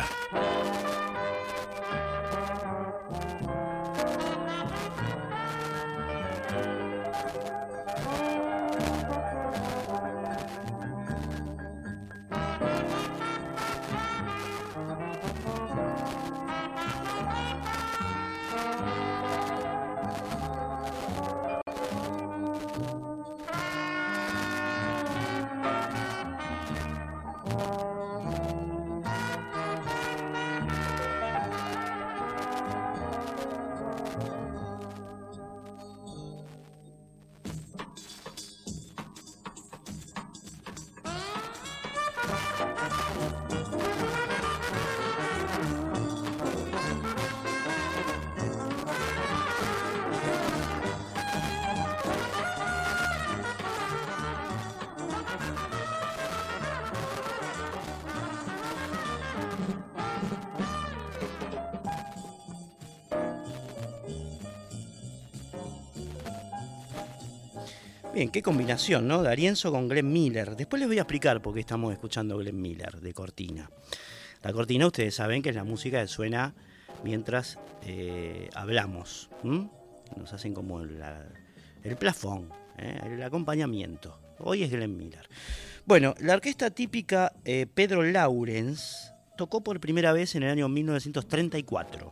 Bien, qué combinación, ¿no? D'Arienzo con Glenn Miller. Después les voy a explicar por qué estamos escuchando Glenn Miller de cortina. La cortina, ustedes saben que es la música que suena mientras eh, hablamos. ¿m? Nos hacen como el, la, el plafón, ¿eh? el acompañamiento. Hoy es Glenn Miller. Bueno, la orquesta típica eh, Pedro Lawrence tocó por primera vez en el año mil novecientos treinta y cuatro.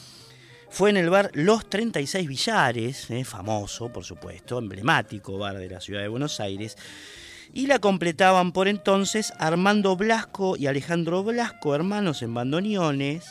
Fue en el bar Los treinta y seis Billares, eh, famoso, por supuesto, emblemático bar de la ciudad de Buenos Aires, y la completaban por entonces Armando Blasco y Alejandro Blasco, hermanos en bandoneones,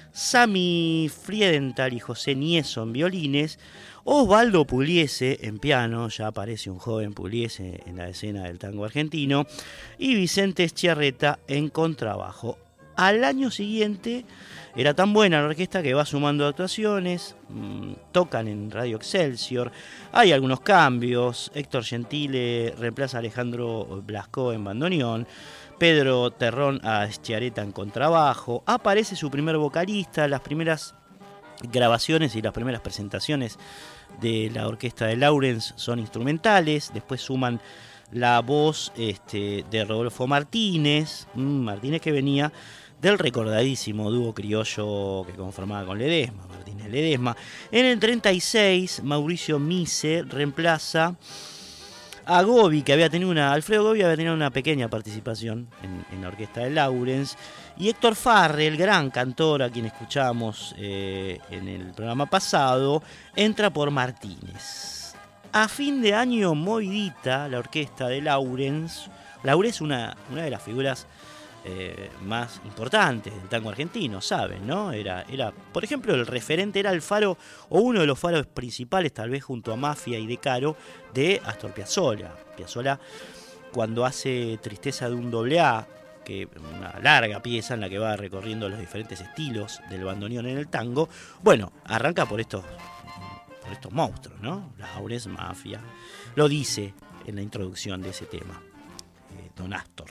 Sami Friedenthal y José Nieso en violines, Osvaldo Pugliese en piano, ya aparece un joven Pugliese en la escena del tango argentino, y Vicente Schiarretta en contrabajo. Al año siguiente era tan buena la orquesta que va sumando actuaciones, mmm, tocan en Radio Excelsior, hay algunos cambios, Héctor Gentile reemplaza a Alejandro Blasco en bandoneón, Pedro Terrón a Schiarretta en contrabajo, aparece su primer vocalista, las primeras grabaciones y las primeras presentaciones de la orquesta de Lawrence son instrumentales, después suman la voz este, de Rodolfo Martínez, mmm, Martínez que venía del recordadísimo dúo criollo que conformaba con Ledesma, Martínez Ledesma. En el treinta y seis, Mauricio Mise reemplaza a Gobi, que había tenido una, Alfredo Gobi había tenido una pequeña participación en, en la orquesta de Lawrence, y Héctor Farrell, el gran cantor a quien escuchamos eh, en el programa pasado, entra por Martínez. A fin de año, movidita la orquesta de Lawrence. Lawrence, una, una de las figuras eh, más importantes del tango argentino, saben, ¿no? Era, era, por ejemplo, el referente, era el faro, o uno de los faros principales, tal vez junto a Mafia y De Caro, de Astor Piazzolla. Piazzolla, cuando hace Tristeza de un doble A, que una larga pieza en la que va recorriendo los diferentes estilos del bandoneón en el tango, bueno, arranca por estos, por estos monstruos, ¿no? Lawrence, Mafia, lo dice en la introducción de ese tema, eh, Don Astor.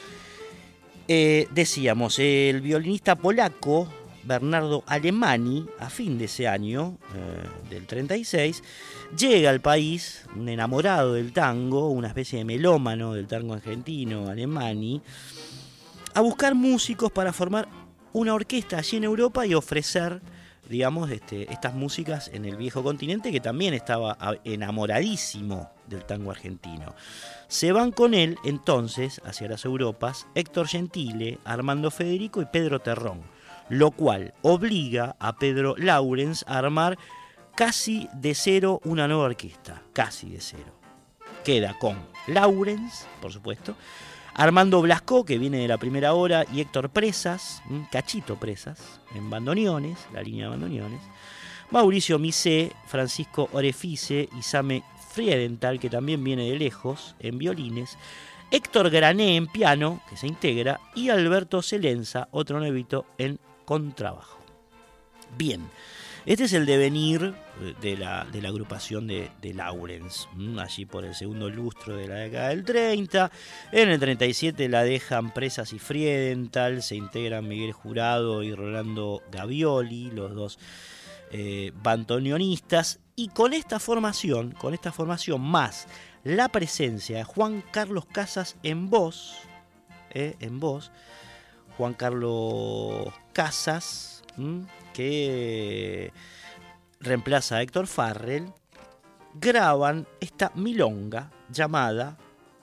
Eh, decíamos, el violinista polaco Bernardo Alemani, a fin de ese año, eh, del treinta y seis, llega al país, un enamorado del tango, una especie de melómano del tango argentino, Alemani, a buscar músicos para formar una orquesta allí en Europa y ofrecer, digamos, este, estas músicas en el viejo continente, que también estaba enamoradísimo del tango argentino. Se van con él entonces hacia las Europas Héctor Gentile, Armando Federico y Pedro Terrón, lo cual obliga a Pedro Lawrence a armar casi de cero una nueva orquesta, casi de cero. Queda con Lawrence, por supuesto, Armando Blasco, que viene de la primera hora, y Héctor Presas, Cachito Presas, en bandoneones, la línea de bandoneones, Mauricio Mise, Francisco Orefice y Same Friedenthal, que también viene de lejos, en violines, Héctor Grané en piano, que se integra, y Alberto Celenza, otro nuevito, en contrabajo. Bien, este es el devenir de la, de la agrupación de, de Lawrence, allí por el segundo lustro de la década del treinta. En el treinta y siete la dejan Presas y Friedenthal, se integran Miguel Jurado y Rolando Gavioli, los dos eh, bandoneonistas, y con esta formación, con esta formación más la presencia de Juan Carlos Casas en voz, eh, en voz, Juan Carlos Casas, ¿m? que reemplaza a Héctor Farrell, graban esta milonga llamada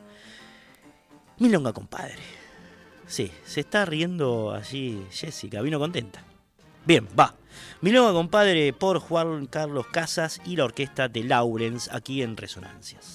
Milonga Compadre. Sí, se está riendo allí Jessica, vino contenta. Bien, va. Milonga Compadre por Juan Carlos Casas y la orquesta de Lawrence aquí en Resonancias.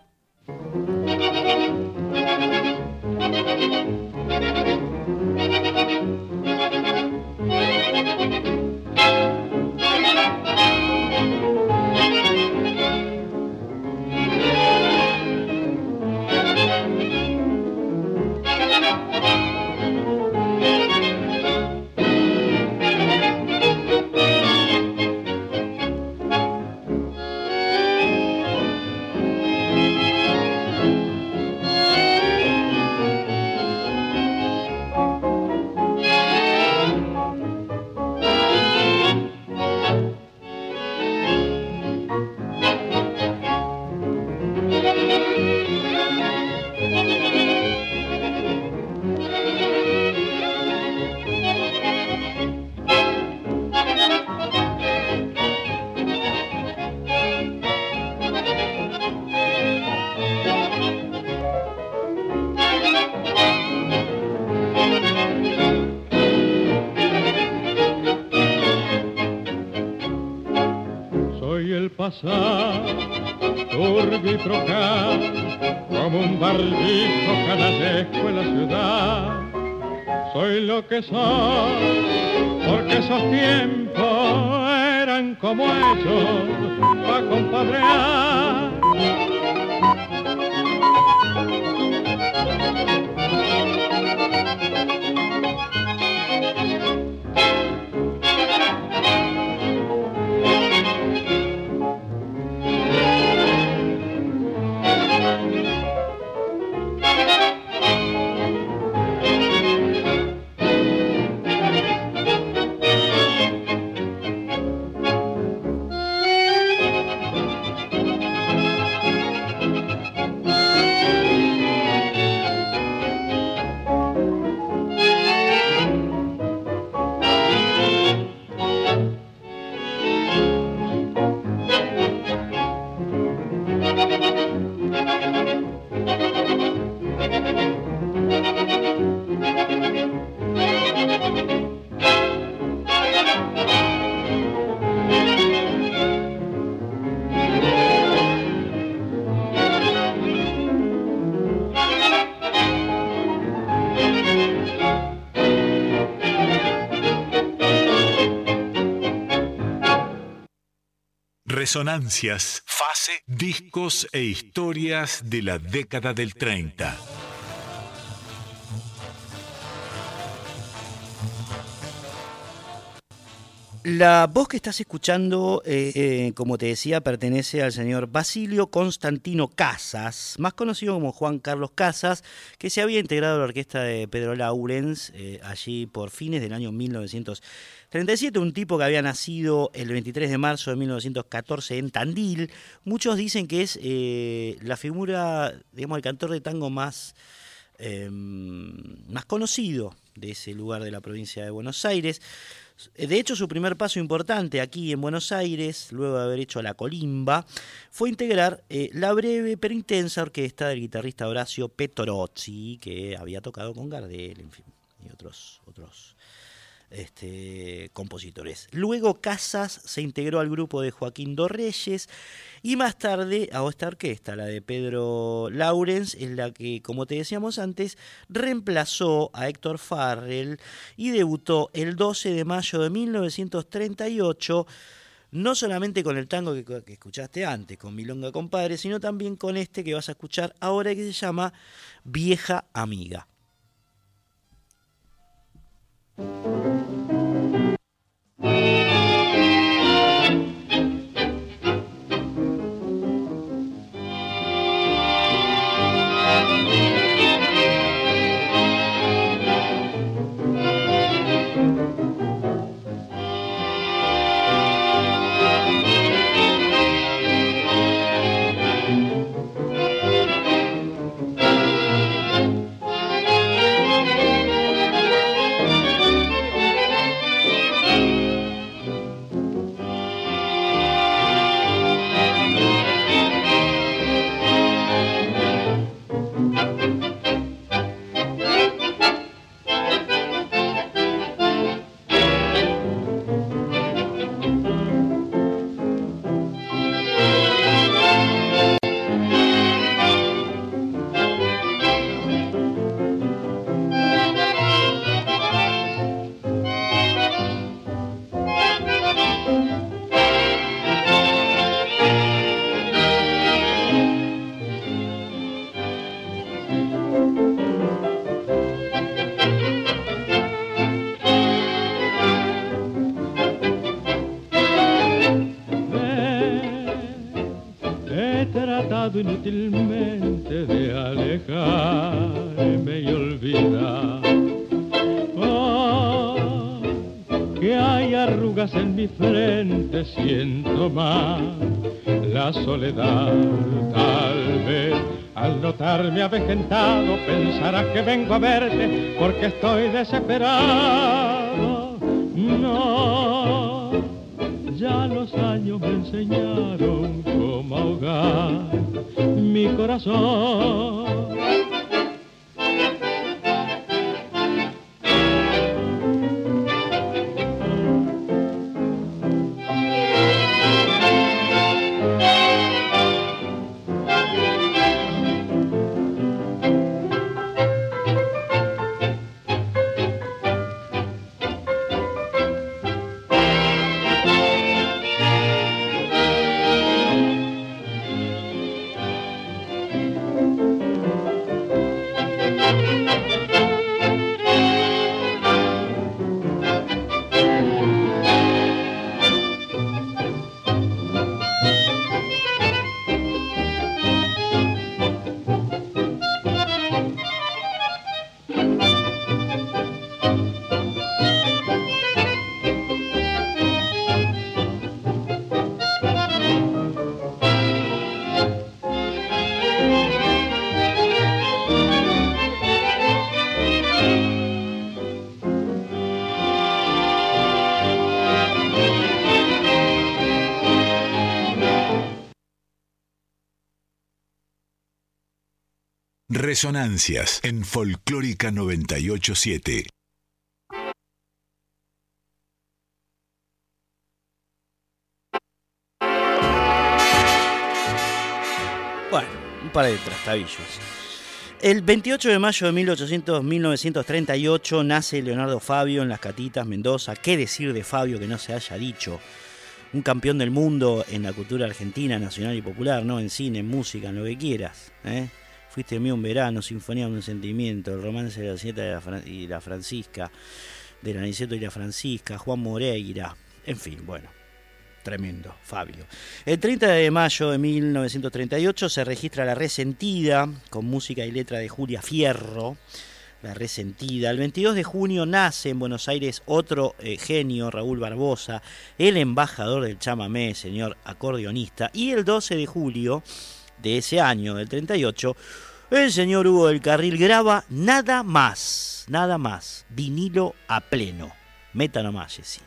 Turbio y trocar, como un barbijo canallesco en la ciudad. Soy lo que soy, porque esos tiempos eran como ellos, pa' compadrear. Resonancias, fase, discos e historias de la década del treinta. La voz que estás escuchando, eh, eh, como te decía, pertenece al señor Basilio Constantino Casas, más conocido como Juan Carlos Casas, que se había integrado a la orquesta de Pedro Lawrence eh, allí por fines del año mil novecientos treinta y siete, un tipo que había nacido el veintitrés de marzo de mil novecientos catorce en Tandil. Muchos dicen que es eh, la figura, digamos, el cantor de tango más, eh, más conocido de ese lugar de la provincia de Buenos Aires. De hecho, su primer paso importante aquí en Buenos Aires, luego de haber hecho la colimba, fue integrar eh, la breve pero intensa orquesta del guitarrista Horacio Petorozzi, que había tocado con Gardel, en fin, y otros, otros este, compositores. Luego Casas se integró al grupo de Joaquín Dorreyes y más tarde a esta orquesta, la de Pedro Lawrence, en la que, como te decíamos antes, reemplazó a Héctor Farrell y debutó el doce de mayo de mil novecientos treinta y ocho, no solamente con el tango que, que escuchaste antes, con Milonga Compadre, sino también con este que vas a escuchar ahora, que se llama Vieja Amiga. Inútilmente de alejarme y olvidar oh, que hay arrugas en mi frente, siento más la soledad. Tal vez al notarme avejentado pensarás que vengo a verte porque estoy desesperado. No, ya los años me enseñaron cómo ahogar mi corazón. Resonancias en Folclórica noventa y ocho punto siete. un par de trastabillos. El veintiocho de mayo de mil novecientos treinta y ocho nace Leonardo Fabio en Las Catitas, Mendoza. ¿Qué decir de Fabio que no se haya dicho? Un campeón del mundo en la cultura argentina, nacional y popular, ¿no? En cine, en música, en lo que quieras, ¿eh? Fuiste mío un verano, Sinfonía de un sentimiento, El romance de la Nieta y la, Fran- y la Francisca, de la Niceto y la Francisca, Juan Moreira, en fin, bueno. Tremendo, Fabio. El treinta de mayo de mil novecientos treinta y ocho se registra La Resentida, con música y letra de Julia Fierro. La Resentida. El veintidós de junio nace en Buenos Aires otro eh, genio, Raúl Barbosa, el embajador del chamamé, señor acordeonista. Y el doce de julio de ese año, del treinta y ocho, el señor Hugo del Carril graba Nada Más, Nada Más, vinilo a pleno. Meta nomás, Jessy.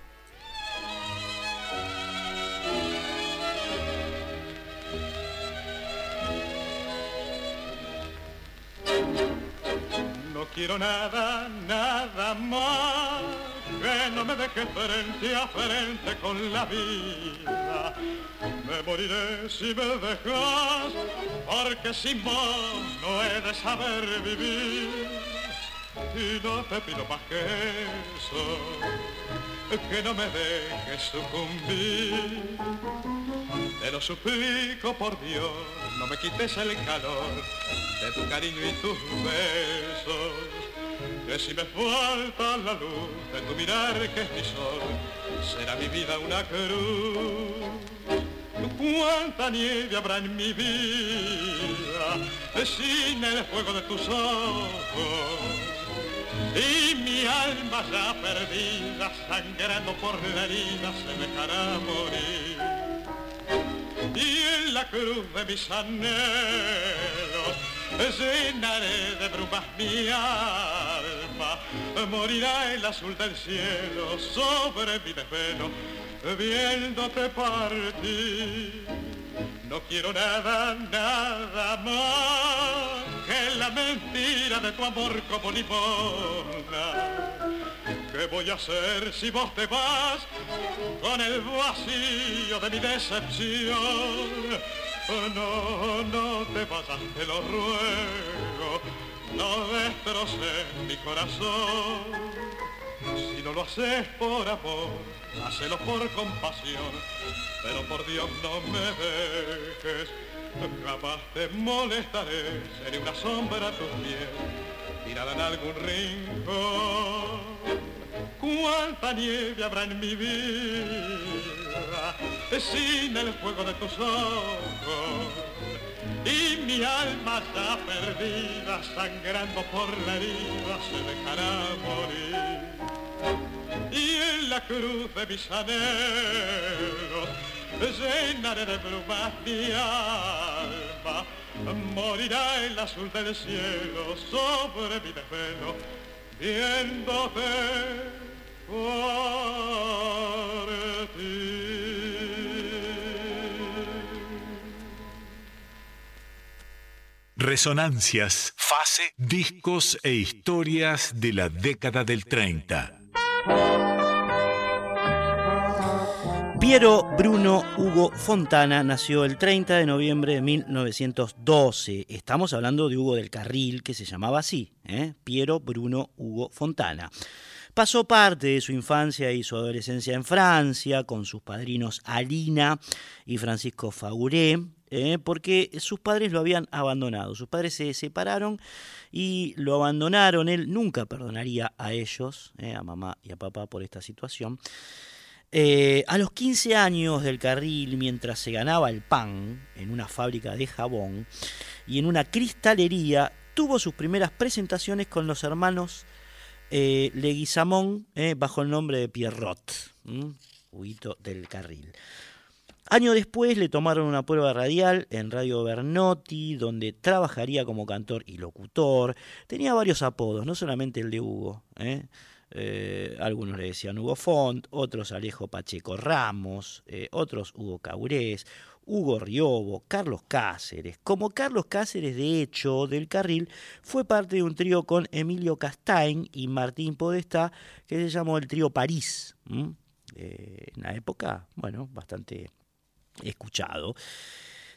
No quiero nada, nada más que no me deje frente a frente con la vida. Me moriré si me dejas, porque sin vos no he de saber vivir. Y no te pido más que eso, que no me dejes sucumbir. Te lo suplico por Dios, no me quites el calor de tu cariño y tus besos. Que si me falta la luz de tu mirar que es mi sol, será mi vida una cruz. Cuánta nieve habrá en mi vida sin el fuego de tus ojos. Y mi alma ya perdida, sangrando por la herida, se dejará morir. Y en la cruz de mis anhelos llenaré de brumas mi alma. Morirá el azul del cielo sobre mi desvelo, viéndote partir. No quiero nada, nada más que la mentira de tu amor como limona. ¿Qué voy a hacer si vos te vas con el vacío de mi decepción? No, no te vayas, te lo ruego, no destroces mi corazón. Si no lo haces por amor, hacelo por compasión, pero por Dios no me dejes. Jamás te molestaré, seré una sombra a tus pies, tirada en algún rincón. Cuánta nieve habrá en mi vida sin el fuego de tus ojos. Y mi alma ya perdida, sangrando por la herida, se dejará morir. Y en la cruz de mis anhelos llenaré de brumas mi alma. Morirá el azul del cielo sobre mi desvelo, viéndote partir. Resonancias, fase, discos e historias de la década del treinta. Piero Bruno Hugo Fontana nació el treinta de noviembre de mil novecientos doce. Estamos hablando de Hugo del Carril, que se llamaba así, ¿eh? Piero Bruno Hugo Fontana. Pasó parte de su infancia y su adolescencia en Francia con sus padrinos Alina y Francisco Fauré, eh, porque sus padres lo habían abandonado. Sus padres se separaron y lo abandonaron. Él nunca perdonaría a ellos, eh, a mamá y a papá, por esta situación. Eh, a los quince años del Carril, mientras se ganaba el pan en una fábrica de jabón y en una cristalería, tuvo sus primeras presentaciones con los hermanos eh, Leguizamón, eh, bajo el nombre de Pierrot, ¿m? Huguito del Carril. Año después le tomaron una prueba radial en Radio Bernotti, donde trabajaría como cantor y locutor. Tenía varios apodos, no solamente el de Hugo, ¿eh? Eh, algunos le decían Hugo Font, otros Alejo Pacheco Ramos, eh, otros Hugo Caurés, Hugo Riobo, Carlos Cáceres. Como Carlos Cáceres, de hecho, del Carril, fue parte de un trío con Emilio Castain y Martín Podestá, que se llamó el trío París. ¿Mm? Eh, en la época, bueno, bastante escuchado.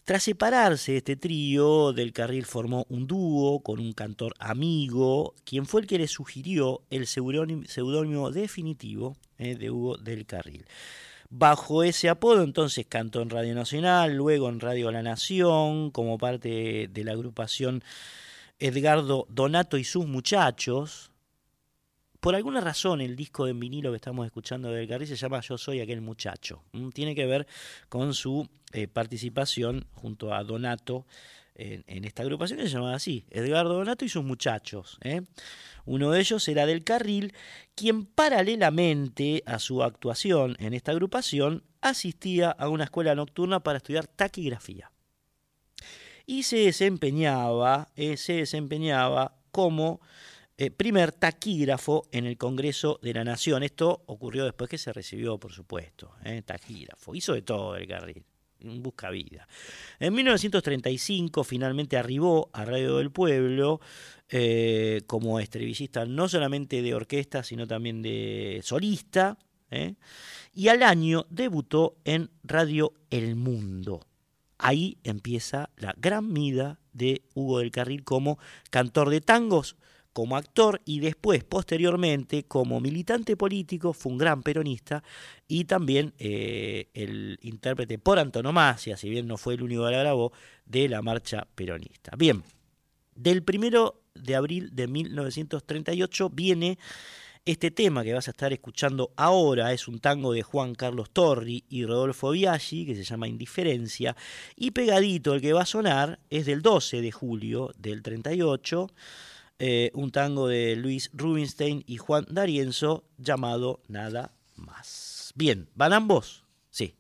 Tras separarse este trío, Del Carril formó un dúo con un cantor amigo, quien fue el que le sugirió el seudónimo definitivo eh, de Hugo Del Carril. Bajo ese apodo entonces cantó en Radio Nacional, luego en Radio La Nación, como parte de la agrupación Edgardo Donato y sus muchachos. Por alguna razón el disco en vinilo que estamos escuchando de Del Carril se llama Yo soy aquel muchacho. Tiene que ver con su eh, participación junto a Donato en, en esta agrupación que se llamaba así, Edgardo Donato y sus muchachos. ¿eh? Uno de ellos era Del Carril, quien paralelamente a su actuación en esta agrupación asistía a una escuela nocturna para estudiar taquigrafía. Y se desempeñaba, eh, se desempeñaba como Eh, primer taquígrafo en el Congreso de la Nación. Esto ocurrió después que se recibió, por supuesto, eh, taquígrafo. Hizo de todo Del Carril, un buscavida. En mil novecientos treinta y cinco finalmente arribó a Radio del Pueblo eh, como estribillista no solamente de orquesta, sino también de solista. Eh, y al año debutó en Radio El Mundo. Ahí empieza la gran vida de Hugo Del Carril como cantor de tangos, como actor y después, posteriormente, como militante político. Fue un gran peronista y también eh, el intérprete por antonomasia, si bien no fue el único que la grabó, de la marcha peronista. Bien, del primero de abril de mil novecientos treinta y ocho viene este tema que vas a estar escuchando ahora. Es un tango de Juan Carlos Torri y Rodolfo Biaggi que se llama Indiferencia, y pegadito el que va a sonar es del doce de julio del treinta y ocho, Eh, un tango de Luis Rubinstein y Juan D'Arienzo llamado Nada Más. Bien, ¿van ambos? Sí.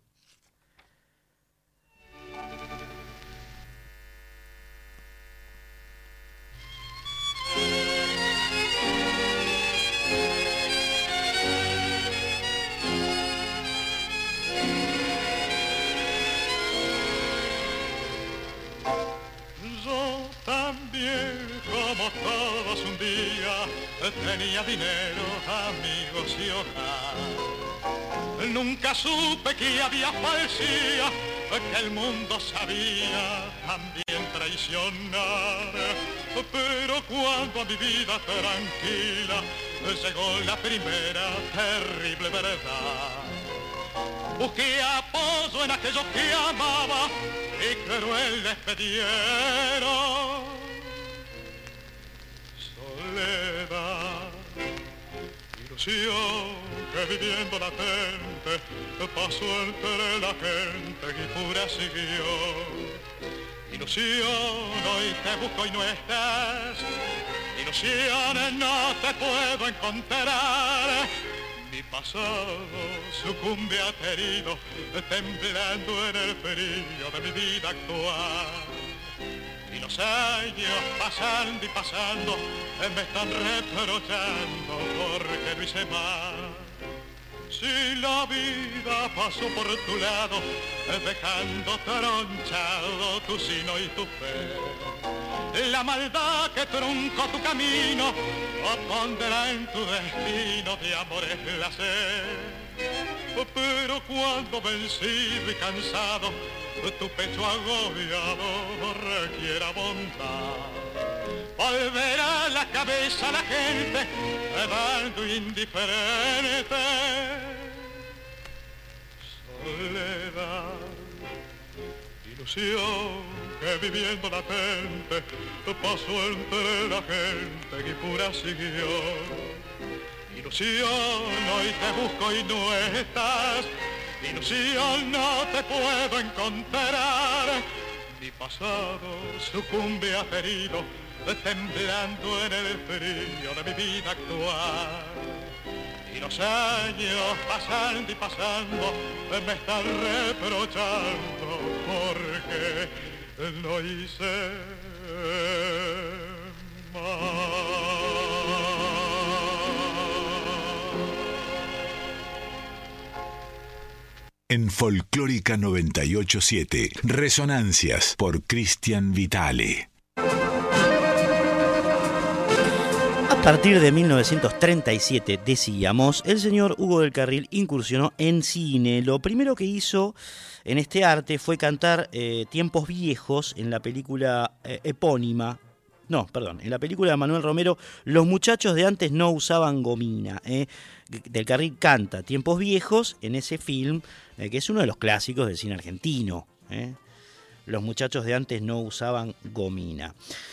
Yo también, como todos un día, tenía dinero, amigos y hogar. Nunca supe que había falsía, que el mundo sabía también traicionar. Pero cuando a mi vida tranquila llegó la primera terrible verdad, busqué apoyo en aquellos que amaba y cruel les pedieron soledad. Ilusión que viviendo latente pasó entre la gente y pura siguió. Ilusión, hoy te busco y no estás. Ilusión, no te puedo encontrar. Mi pasado sucumbe aterido, temblando en el frío de mi vida actual. Y los años pasando y pasando me están reprochando porque no hice más. Si la vida pasó por tu lado, dejando tronchado tu sino y tu fe, la maldad que truncó tu camino pondrá en tu destino de amores la sed. Pero cuando vencido y cansado tu pecho agobiado requiera bondad, volverá la cabeza a la gente dando indiferente soledad. Ilusión que viviendo latente pasó entre la gente y pura siguió. Ilusión, hoy te busco y no estás. Ilusión, no te puedo encontrar. Mi pasado sucumbe aterido, temblando en el frío de mi vida actual. Y los años pasando y pasando me están reprochando porque no hice más. En Folclórica noventa y ocho punto siete, Resonancias por Cristian Vitale. partir de mil novecientos treinta y siete, decíamos, el señor Hugo del Carril incursionó en cine. Lo primero que hizo en este arte fue cantar eh, Tiempos Viejos en la película eh, epónima. No, perdón, en la película de Manuel Romero, Los muchachos de antes no usaban gomina. Eh. Del Carril canta Tiempos Viejos en ese film, eh, que es uno de los clásicos del cine argentino. Eh. Los muchachos de antes no usaban gomina.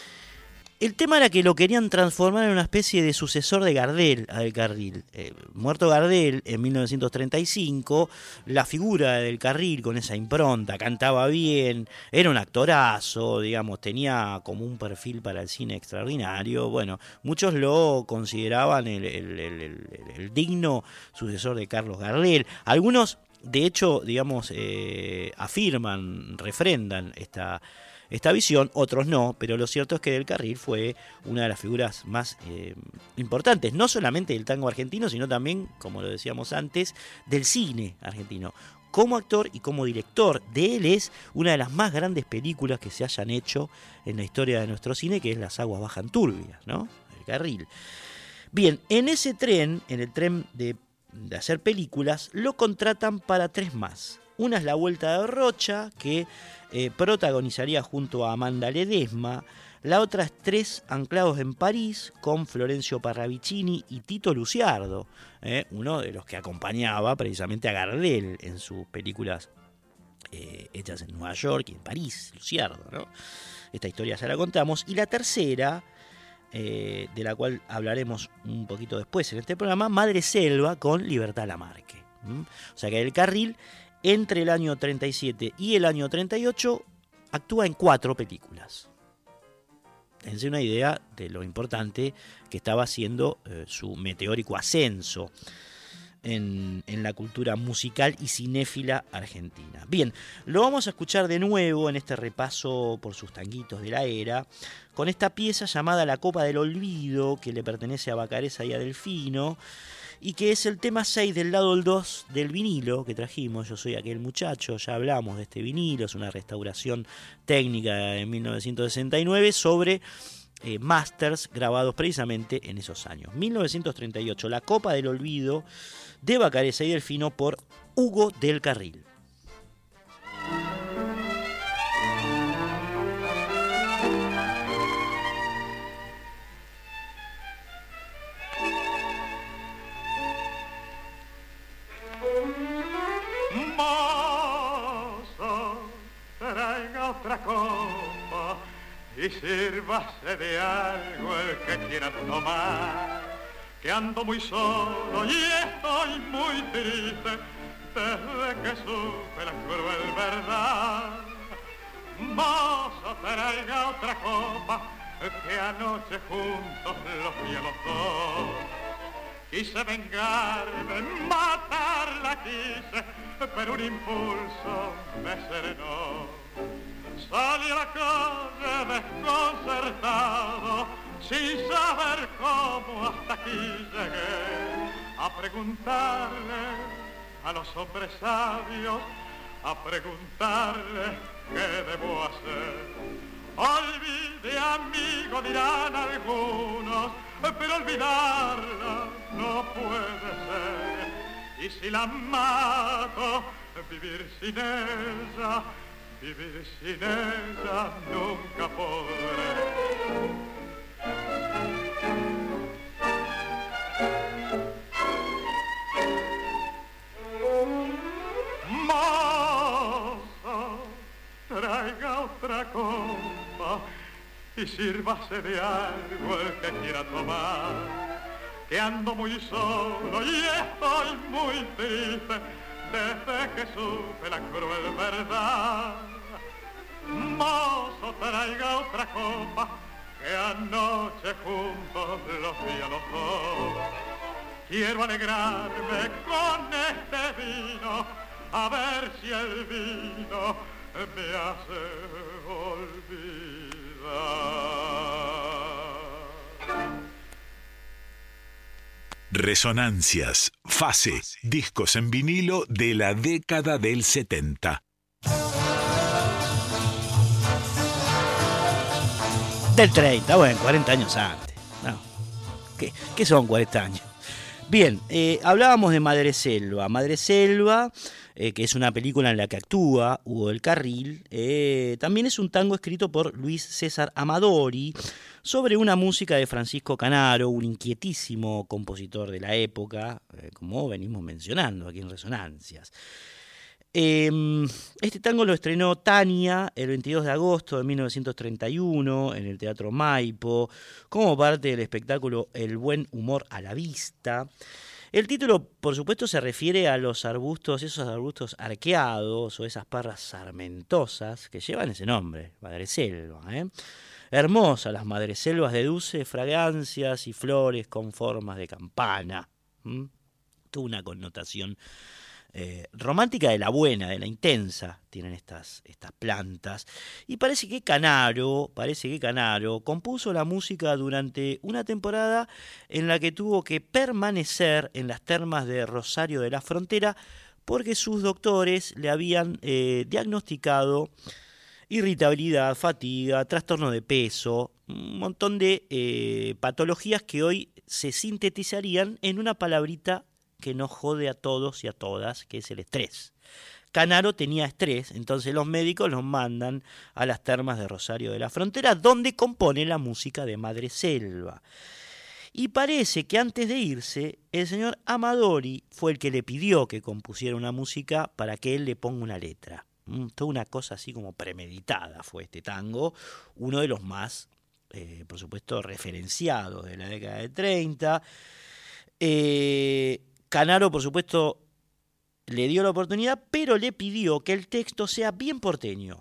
El tema era que lo querían transformar en una especie de sucesor de Gardel a Del Carril. Eh, muerto Gardel en mil novecientos treinta y cinco, la figura de Del Carril con esa impronta, cantaba bien, era un actorazo, digamos, tenía como un perfil para el cine extraordinario. Bueno, muchos lo consideraban el, el, el, el, el digno sucesor de Carlos Gardel. Algunos, de hecho, digamos, eh, afirman, refrendan esta... esta visión, otros no, pero lo cierto es que Del Carril fue una de las figuras más eh, importantes, no solamente del tango argentino, sino también, como lo decíamos antes, del cine argentino. Como actor y como director, de él es una de las más grandes películas que se hayan hecho en la historia de nuestro cine, que es Las aguas bajan turbias, ¿no? Del Carril. Bien, en ese tren, en el tren de, de hacer películas, lo contratan para tres más. Una es La Vuelta de Rocha, que eh, protagonizaría junto a Amanda Ledesma. La otra es Tres anclados en París, con Florencio Parravicini y Tito Luciardo, eh, uno de los que acompañaba precisamente a Gardel en sus películas eh, hechas en Nueva York y en París, Luciardo, ¿no? Esta historia ya la contamos. Y la tercera, eh, de la cual hablaremos un poquito después en este programa, Madre Selva, con Libertad Lamarque. ¿Mm? O sea que Del Carril, entre el año treinta y siete y el año treinta y ocho, actúa en cuatro películas. Dense una idea de lo importante que estaba haciendo eh, su meteórico ascenso en, en la cultura musical y cinéfila argentina. Bien, lo vamos a escuchar de nuevo en este repaso por sus tanguitos de la era, con esta pieza llamada La Copa del Olvido, que le pertenece a Bacareza y a Delfino, y que es el tema seis del lado dos del vinilo que trajimos. Yo soy aquel muchacho, ya hablamos de este vinilo, es una restauración técnica de mil novecientos sesenta y nueve sobre eh, masters grabados precisamente en esos años. mil novecientos treinta y ocho, La Copa del Olvido, de Bacareza y Delfino, por Hugo del Carril. Otra copa y sírvase de algo el que quiera tomar, que ando muy solo y estoy muy triste desde que supe la cruel verdad. Mozo, traiga otra copa, que anoche juntos los vi a los dos. Quise vengarme, matarla quise, pero un impulso me serenó. Salí a la calle desconcertado, sin saber cómo hasta aquí llegué, a preguntarle a los hombres sabios, a preguntarle qué debo hacer. Olvide, amigo, dirán algunos, pero olvidarla no puede ser. Y si la mato, vivir sin ella, vivir sin ella nunca podré. Mozo, traiga otra copa y sírvase de algo el que quiera tomar, que ando muy solo y estoy muy triste desde que supe la cruel verdad. Mozo, traiga otra copa, que anoche juntos los vi a los dos. Quiero alegrarme con este vino, a ver si el vino me hace olvidar. Resonancias, Fase, discos en vinilo de la década del setenta. Del treinta, bueno, cuarenta años antes. No, ¿Qué, qué son cuarenta años? Bien, eh, hablábamos de Madreselva. Madreselva, eh, que es una película en la que actúa Hugo del Carril, eh, también es un tango escrito por Luis César Amadori sobre una música de Francisco Canaro, un inquietísimo compositor de la época, eh, como venimos mencionando aquí en Resonancias. Este tango lo estrenó Tania el veintidós de agosto de mil novecientos treinta y uno en el Teatro Maipo, como parte del espectáculo El buen humor a la vista. El título, por supuesto, se refiere a los arbustos, esos arbustos arqueados o esas parras sarmentosas que llevan ese nombre, madreselva. ¿eh? Hermosas las madreselvas de dulces fragancias y flores con formas de campana. ¿Mm? Tuvo una connotación Eh, romántica de la buena, de la intensa, tienen estas, estas plantas. Y parece que Canaro, parece que Canaro compuso la música durante una temporada en la que tuvo que permanecer en las termas de Rosario de la Frontera porque sus doctores le habían eh, diagnosticado irritabilidad, fatiga, trastorno de peso, un montón de eh, patologías que hoy se sintetizarían en una palabrita que nos jode a todos y a todas, que es el estrés. Canaro tenía estrés, entonces los médicos los mandan a las termas de Rosario de la Frontera, donde compone la música de Madreselva. Y parece que antes de irse, el señor Amadori fue el que le pidió que compusiera una música para que él le ponga una letra. Mm, toda una cosa así como premeditada fue este tango, uno de los más, eh, por supuesto, referenciados de la década de treinta. Eh... Canaro, por supuesto, le dio la oportunidad, pero le pidió que el texto sea bien porteño.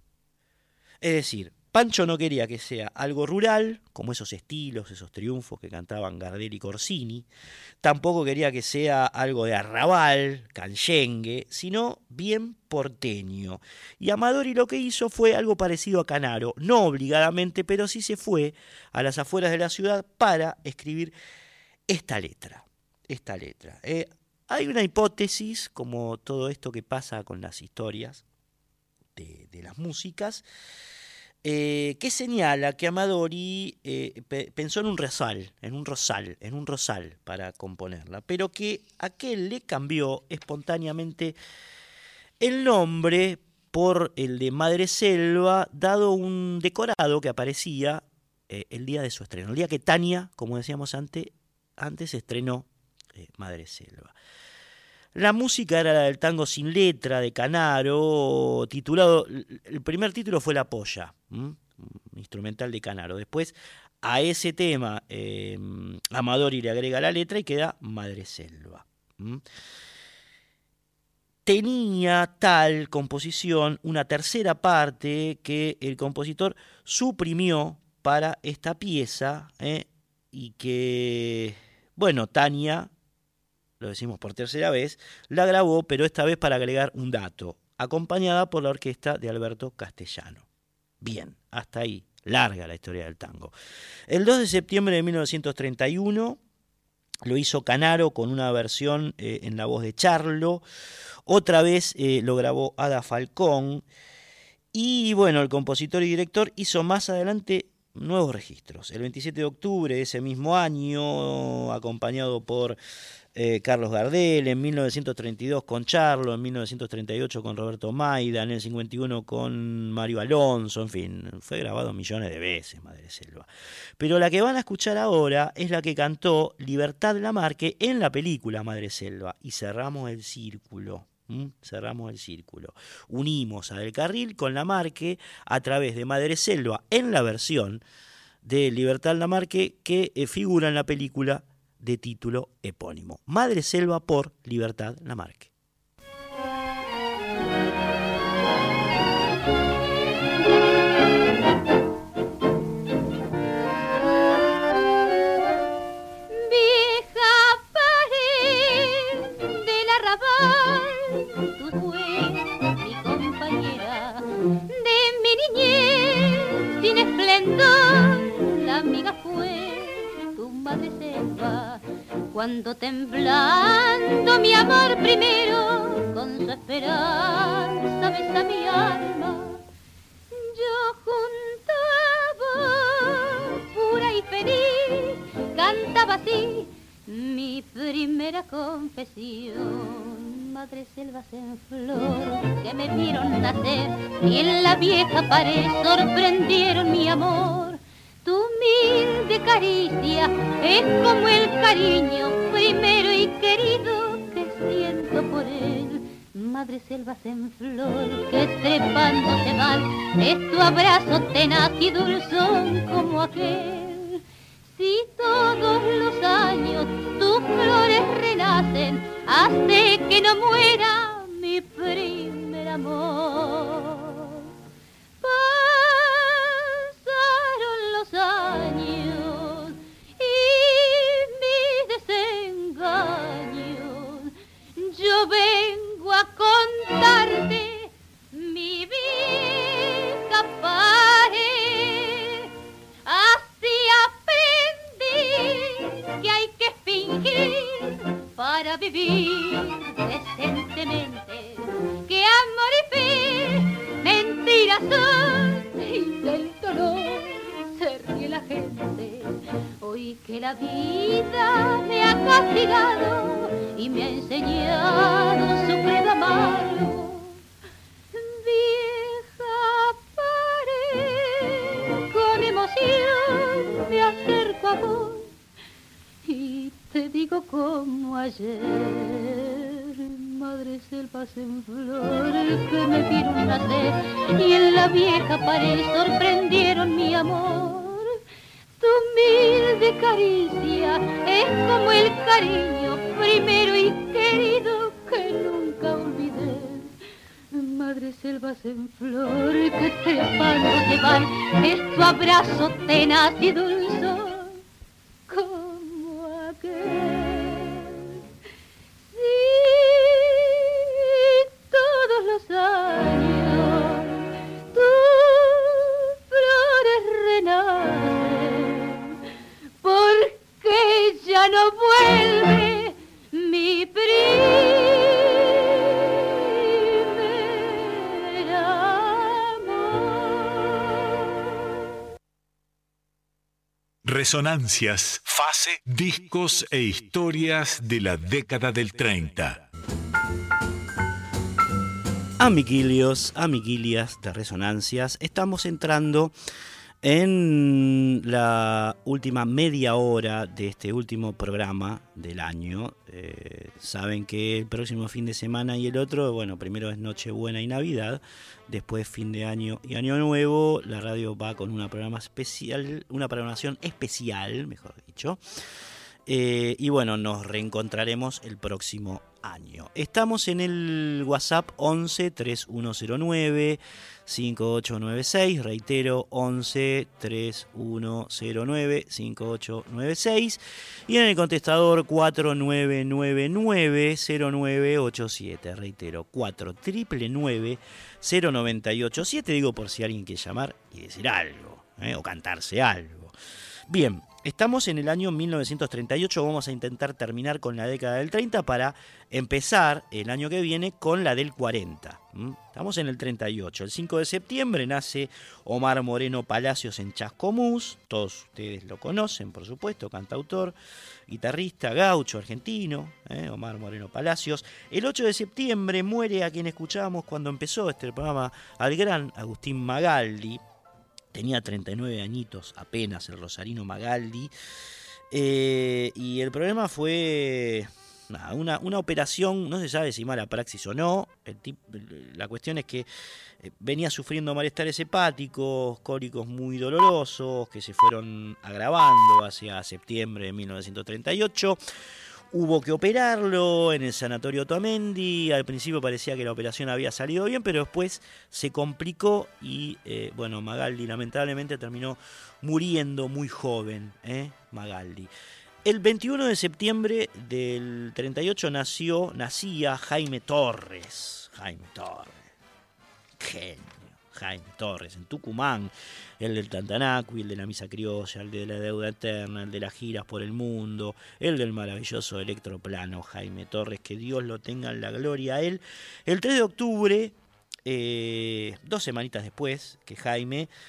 Es decir, Pancho no quería que sea algo rural, como esos estilos, esos triunfos que cantaban Gardel y Corsini. Tampoco quería que sea algo de arrabal, canyengue, sino bien porteño. Y Amadori lo que hizo fue algo parecido a Canaro, no obligadamente, pero sí se fue a las afueras de la ciudad para escribir esta letra. Esta letra. Eh, hay una hipótesis, como todo esto que pasa con las historias de, de las músicas, eh, que señala que Amadori eh, pe- pensó en un rosal, en un rosal, en un rosal para componerla, pero que aquel le cambió espontáneamente el nombre por el de Madreselva, dado un decorado que aparecía eh, el día de su estreno, el día que Tania, como decíamos antes, antes estrenó Eh, Madreselva. La música era la del tango sin letra de Canaro, titulado, el primer título fue La Polla, ¿m? instrumental de Canaro. Después a ese tema eh, Amadori le agrega la letra y queda Madreselva. ¿m? Tenía tal composición una tercera parte que el compositor suprimió para esta pieza eh, y que, bueno, Tania, lo decimos por tercera vez, la grabó, pero esta vez para agregar un dato, acompañada por la orquesta de Alberto Castellano. Bien, hasta ahí, larga la historia del tango. El dos de septiembre de mil novecientos treinta y uno lo hizo Canaro con una versión eh, en la voz de Charlo, otra vez eh, lo grabó Ada Falcón, y bueno, el compositor y director hizo más adelante nuevos registros. El veintisiete de octubre de ese mismo año, acompañado por eh, Carlos Gardel, en mil novecientos treinta y dos con Charlo, en mil novecientos treinta y ocho con Roberto Maida, en el cincuenta y uno con Mario Alonso, en fin, fue grabado millones de veces Madreselva. Pero la que van a escuchar ahora es la que cantó Libertad Lamarque en la película Madreselva, y cerramos el círculo. ¿Mm? Cerramos el círculo. Unimos a Del Carril con Lamarque a través de Madreselva en la versión de Libertad Lamarque que eh, figura en la película de título epónimo. Madreselva por Libertad Lamarque. La amiga fue tu Madreselva, cuando temblando mi amor primero, con su esperanza besa mi alma. Yo junto a vos, pura y feliz, cantaba así mi primera confesión. Madres selvas en flor que me vieron nacer y en la vieja pared sorprendieron mi amor. Tu humilde caricia es como el cariño primero y querido que siento por él. Madres selvas en flor que trepando se van, es tu abrazo tenaz y dulzón como aquel. Si todos los años tus flores renacen, hace que no muera mi primer amor. Pasaron los años y mis desengaños, yo vengo a contarte mi vieja pared. Así aprendí que hay que fingir para vivir decentemente, que amor y fe mentiras son y del dolor se ríe la gente. Hoy que la vida me ha castigado y me ha enseñado su credo amargo, vieja pared, con emoción me acerco a vos y te digo como ayer. Madres selvas en flor que me vieron nacer y en la vieja pared sorprendieron mi amor. Tu humilde caricia es como el cariño primero y querido que nunca olvidé. Madres selvas en flor que trepando se van, es tu abrazo tenaz y dulzón como aquel. Si todos los años tus flores renacen, porque ya no vuelve mi primer amor. Resonancias, fase, discos e historias de la década del treinta. Amiguilios, amiguilias de Resonancias, estamos entrando en la última media hora de este último programa del año. Eh, saben que el próximo fin de semana y el otro, bueno, primero es Nochebuena y Navidad, después fin de año y Año Nuevo. La radio va con una programa especial, una programación especial, mejor dicho. Eh, y bueno, nos reencontraremos el próximo año. Estamos en el WhatsApp once, treinta y uno cero nueve, cincuenta y ocho noventa y seis, reitero once, treinta y uno cero nueve, cincuenta y ocho noventa y seis, y en el contestador cuatro nueve nueve nueve, cero nueve ocho siete, reitero cuatro nueve nueve, cero nueve ocho siete, digo por si alguien quiere llamar y decir algo, ¿eh? O cantarse algo. Bien, estamos en el año mil novecientos treinta y ocho, vamos a intentar terminar con la década del treinta para empezar el año que viene con la del cuarenta. Estamos en el treinta y ocho, el cinco de septiembre nace Omar Moreno Palacios en Chascomús, todos ustedes lo conocen, por supuesto, cantautor, guitarrista, gaucho argentino, ¿eh? Omar Moreno Palacios. El ocho de septiembre muere a quien escuchábamos cuando empezó este programa, al gran Agustín Magaldi. Tenía treinta y nueve añitos apenas el rosarino Magaldi. Eh, y el problema fue nada, una, una operación, no se sabe si mala praxis o no. El tip, la cuestión es que venía sufriendo malestares hepáticos, cólicos muy dolorosos, que se fueron agravando hacia septiembre de mil novecientos treinta y ocho. Hubo que operarlo en el sanatorio Otamendi. Al principio parecía que la operación había salido bien, pero después se complicó y, eh, bueno, Magaldi lamentablemente terminó muriendo muy joven, ¿eh? Magaldi. El veintiuno de septiembre del treinta y ocho nació, nacía Jaime Torres. Jaime Torres. Genio. Jaime Torres, en Tucumán, el del Tantanacui, el de la Misa Criolla, el de la Deuda Eterna, el de las giras por el mundo, el del maravilloso Electroplano, Jaime Torres, que Dios lo tenga en la gloria a él. El tres de octubre, eh, dos semanitas después que Jaime,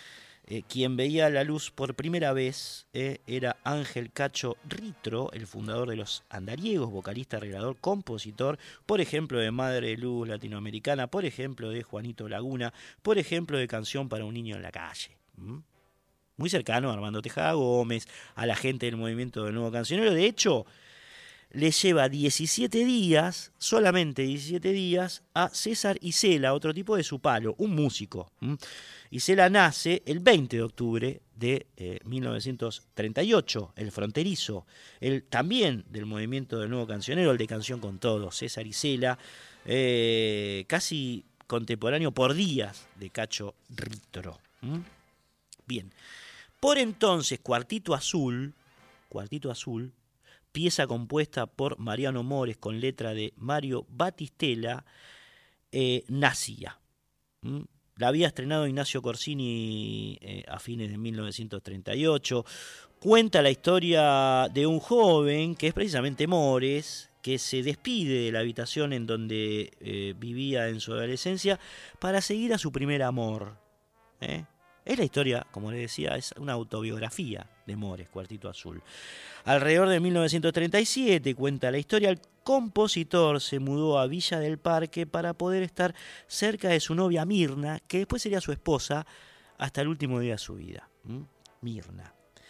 Eh, quien veía la luz por primera vez eh, era Ángel Cacho Ritro, el fundador de Los Andariegos, vocalista, arreglador, compositor, por ejemplo, de Madre de Luz Latinoamericana, por ejemplo, de Juanito Laguna, por ejemplo, de Canción para un Niño en la Calle. ¿Mm? Muy cercano a Armando Tejada Gómez, a la gente del movimiento del Nuevo Cancionero. De hecho, le lleva diecisiete días, solamente diecisiete días, a César Isela, otro tipo de su palo, un músico. ¿Mm? Isela nace el veinte de octubre de eh, mil novecientos treinta y ocho, el fronterizo, el también del movimiento del Nuevo Cancionero, el de Canción con Todo, César Isela, eh, casi contemporáneo por días de Cacho Ritro. ¿Mm? Bien, por entonces Cuartito Azul, Cuartito Azul, pieza compuesta por Mariano Mores con letra de Mario Batistela, eh, nacía. ¿Mm? La había estrenado Ignacio Corsini eh, a fines de mil novecientos treinta y ocho. Cuenta la historia de un joven, que es precisamente Mores, que se despide de la habitación en donde eh, vivía en su adolescencia para seguir a su primer amor. ¿Eh? Es la historia, como les decía, es una autobiografía de Mores, Cuartito Azul. Alrededor de mil novecientos treinta y siete, cuenta la historia, el compositor se mudó a Villa del Parque para poder estar cerca de su novia Mirna, que después sería su esposa hasta el último día de su vida. ¿Mm? Mirna.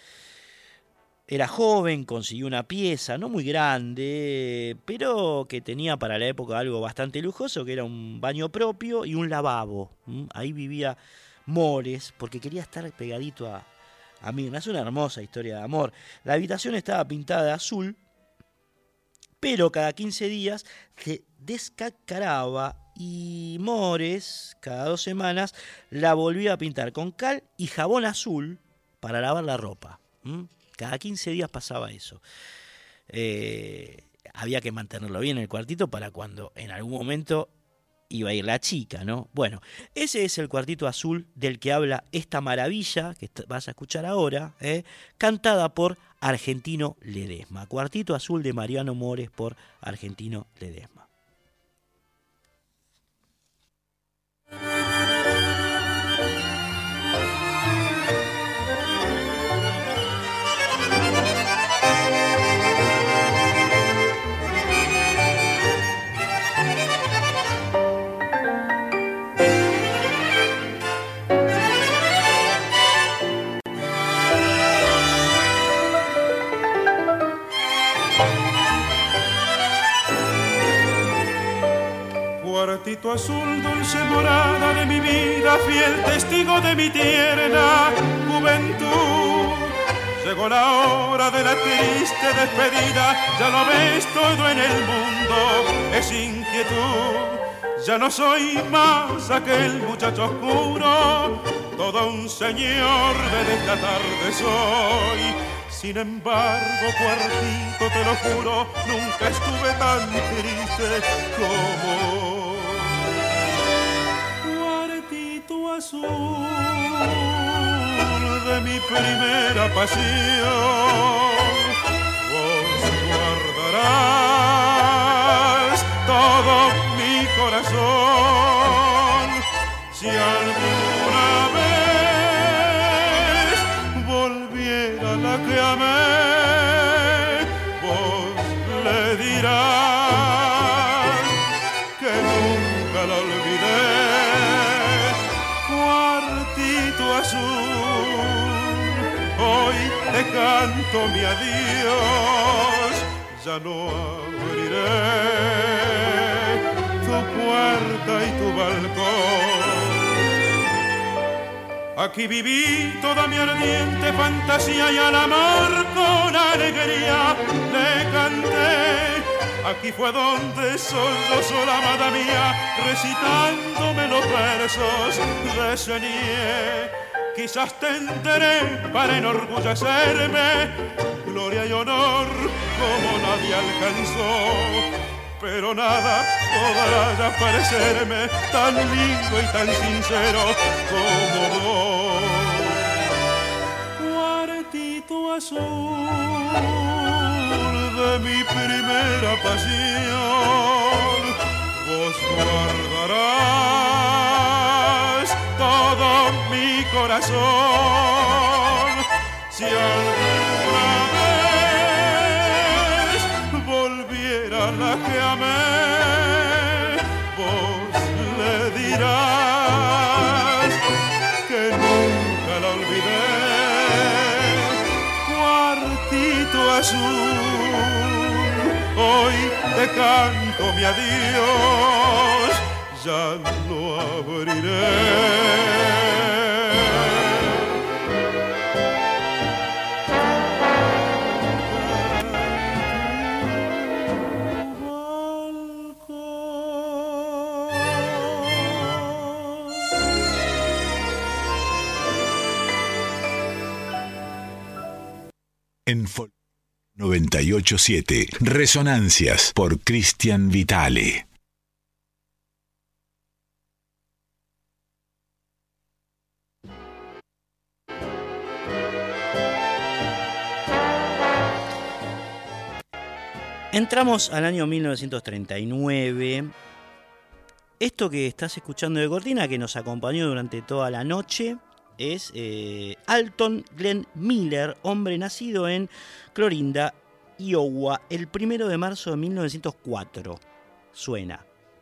Era joven, consiguió una pieza, no muy grande, pero que tenía para la época algo bastante lujoso, que era un baño propio y un lavabo. ¿Mm? Ahí vivía Mores, porque quería estar pegadito a, a Mirna. Es una hermosa historia de amor. La habitación estaba pintada de azul, pero cada quince días se descascaraba y Mores, cada dos semanas, la volvía a pintar con cal y jabón azul para lavar la ropa. ¿Mm? Cada quince días pasaba eso. Eh, había que mantenerlo bien en el cuartito para cuando en algún momento iba a ir la chica, ¿no? Bueno, ese es el Cuartito Azul del que habla esta maravilla que vas a escuchar ahora, ¿eh? Cantada por Argentino Ledesma. Cuartito Azul de Mariano Mores por Argentino Ledesma. Cuartito azul, dulce morada de mi vida, fiel testigo de mi tierna juventud. Llegó la hora de la triste despedida, ya lo ves, todo en el mundo es inquietud. Ya no soy más aquel muchacho oscuro, todo un señor de esta tarde soy. Sin embargo, Cuartito, te lo juro, nunca estuve tan triste como hoy. Cuartito azul de mi primera pasión, vos guardarás todo mi corazón. Si alguna vez volviera la que amé, vos le dirás que nunca la olvidé. Cuartito azul, hoy te canto mi adiós, ya no abriré tu puerta y tu balcón. Aquí viví toda mi ardiente fantasía y al amor con alegría le canté. Aquí fue donde sollozó la amada mía, recitándome los versos de Senié. Quizás te enteré para enorgullecerme, gloria y honor como nadie alcanzó. Pero nada podrá ya parecerme tan lindo y tan sincero como vos. Cuartito azul de mi primera pasión, vos guardarás todo todo mi corazón. Si alguna vez volviera la que amé, vos le dirás que nunca la olvidé. Cuartito azul, hoy te canto mi adiós, ya lo abriré. En Folk noventa y ocho siete, Resonancias por Cristian Vitale. Entramos al año mil novecientos treinta y nueve. Esto que estás escuchando de cortina, que nos acompañó durante toda la noche, es eh, Alton Glenn Miller, hombre nacido en Clorinda, Iowa, el primero de marzo de mil novecientos cuatro. Suena.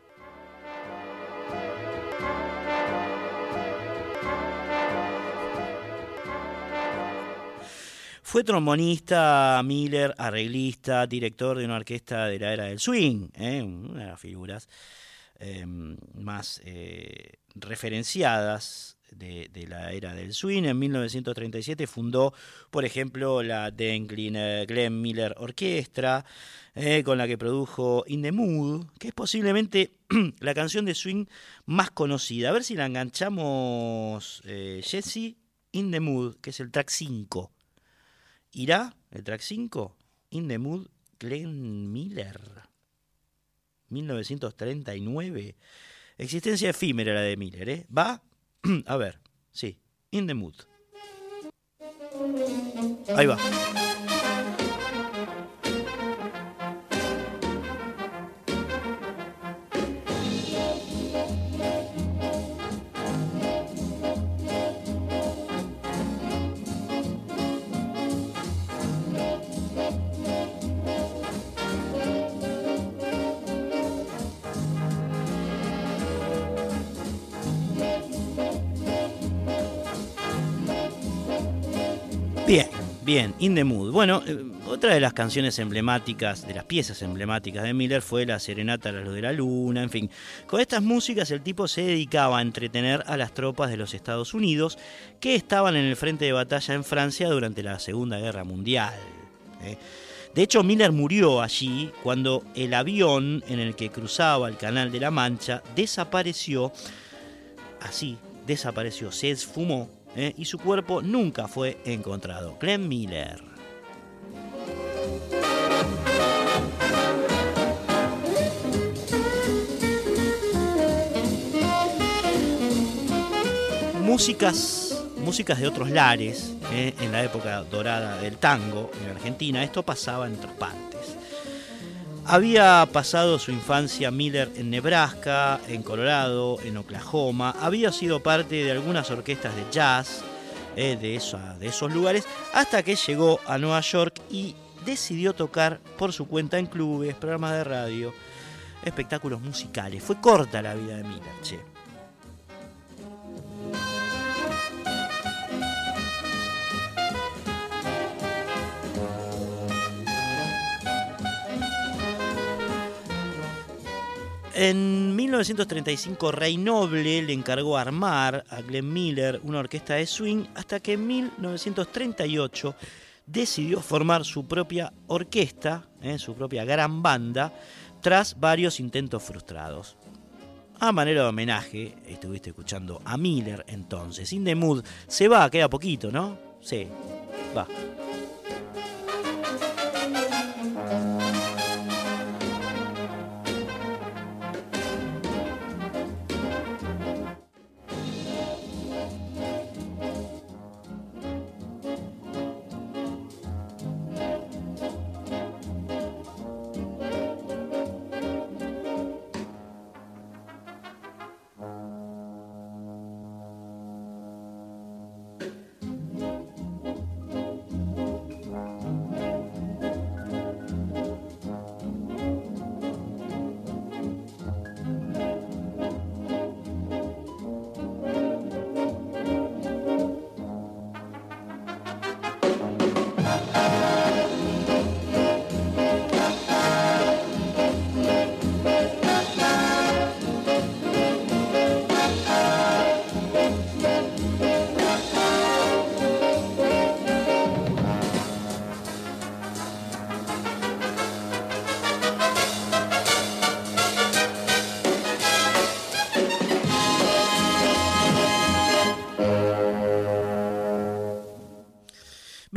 Fue trombonista, Miller, arreglista, director de una orquesta de la era del swing, ¿eh? Una de las figuras eh, más eh, referenciadas De, de la era del swing. En mil novecientos treinta y siete fundó, por ejemplo, la Dan Glenn Miller Orquestra, eh, con la que produjo In the Mood, que es posiblemente la canción de swing más conocida. A ver si la enganchamos, eh, Jesse, In the Mood, que es el track cinco. ¿Irá el track cinco? In the Mood, Glenn Miller, mil novecientos treinta y nueve. Existencia efímera la de Miller, ¿eh? ¿Va? A ver, sí, In the Mood. Ahí va. Bien, bien, In the Mood. Bueno, eh, otra de las canciones emblemáticas, de las piezas emblemáticas de Miller fue la Serenata a la Luz de la Luna, en fin. Con estas músicas el tipo se dedicaba a entretener a las tropas de los Estados Unidos que estaban en el frente de batalla en Francia durante la Segunda Guerra Mundial. ¿eh? De hecho, Miller murió allí cuando el avión en el que cruzaba el Canal de la Mancha desapareció, así, desapareció, se esfumó. ¿Eh? Y su cuerpo nunca fue encontrado. Glenn Miller. Músicas, músicas de otros lares, ¿eh? En la época dorada del tango en Argentina, esto pasaba en otras partes. Había pasado su infancia Miller en Nebraska, en Colorado, en Oklahoma. Había sido parte de algunas orquestas de jazz eh, de, esa, de esos lugares, hasta que llegó a Nueva York y decidió tocar por su cuenta en clubes, programas de radio, espectáculos musicales. Fue corta la vida de Miller, che. En mil novecientos treinta y cinco, Ray Noble le encargó armar a Glenn Miller una orquesta de swing, hasta que en mil novecientos treinta y ocho decidió formar su propia orquesta, eh, su propia gran banda, tras varios intentos frustrados. A manera de homenaje, estuviste escuchando a Miller entonces. In the Mood se va, queda poquito, ¿no? Sí, va.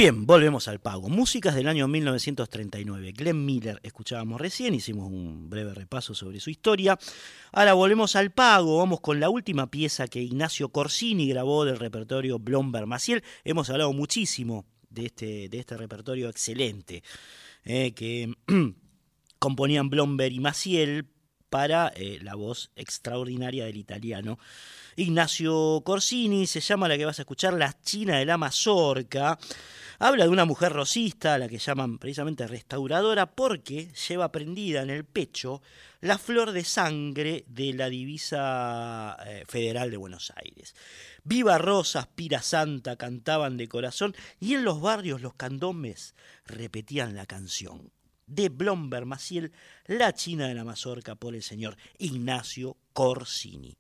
Bien, volvemos al pago. Músicas del año mil novecientos treinta y nueve. Glenn Miller escuchábamos recién, hicimos un breve repaso sobre su historia. Ahora volvemos al pago, vamos con la última pieza que Ignacio Corsini grabó del repertorio Blomberg-Maciel. Hemos hablado muchísimo de este, de este repertorio excelente eh, que componían Blomberg y Maciel para eh, la voz extraordinaria del italiano Ignacio Corsini. Se llama la que vas a escuchar La China de la Mazorca. Habla de una mujer rosista, a la que llaman precisamente restauradora, porque lleva prendida en el pecho la flor de sangre de la divisa eh, federal de Buenos Aires. Viva Rosa, aspira santa, cantaban de corazón, y en los barrios los candombes repetían la canción. De Blomberg-Maciel, La China de la Mazorca, por el señor Ignacio Corsini.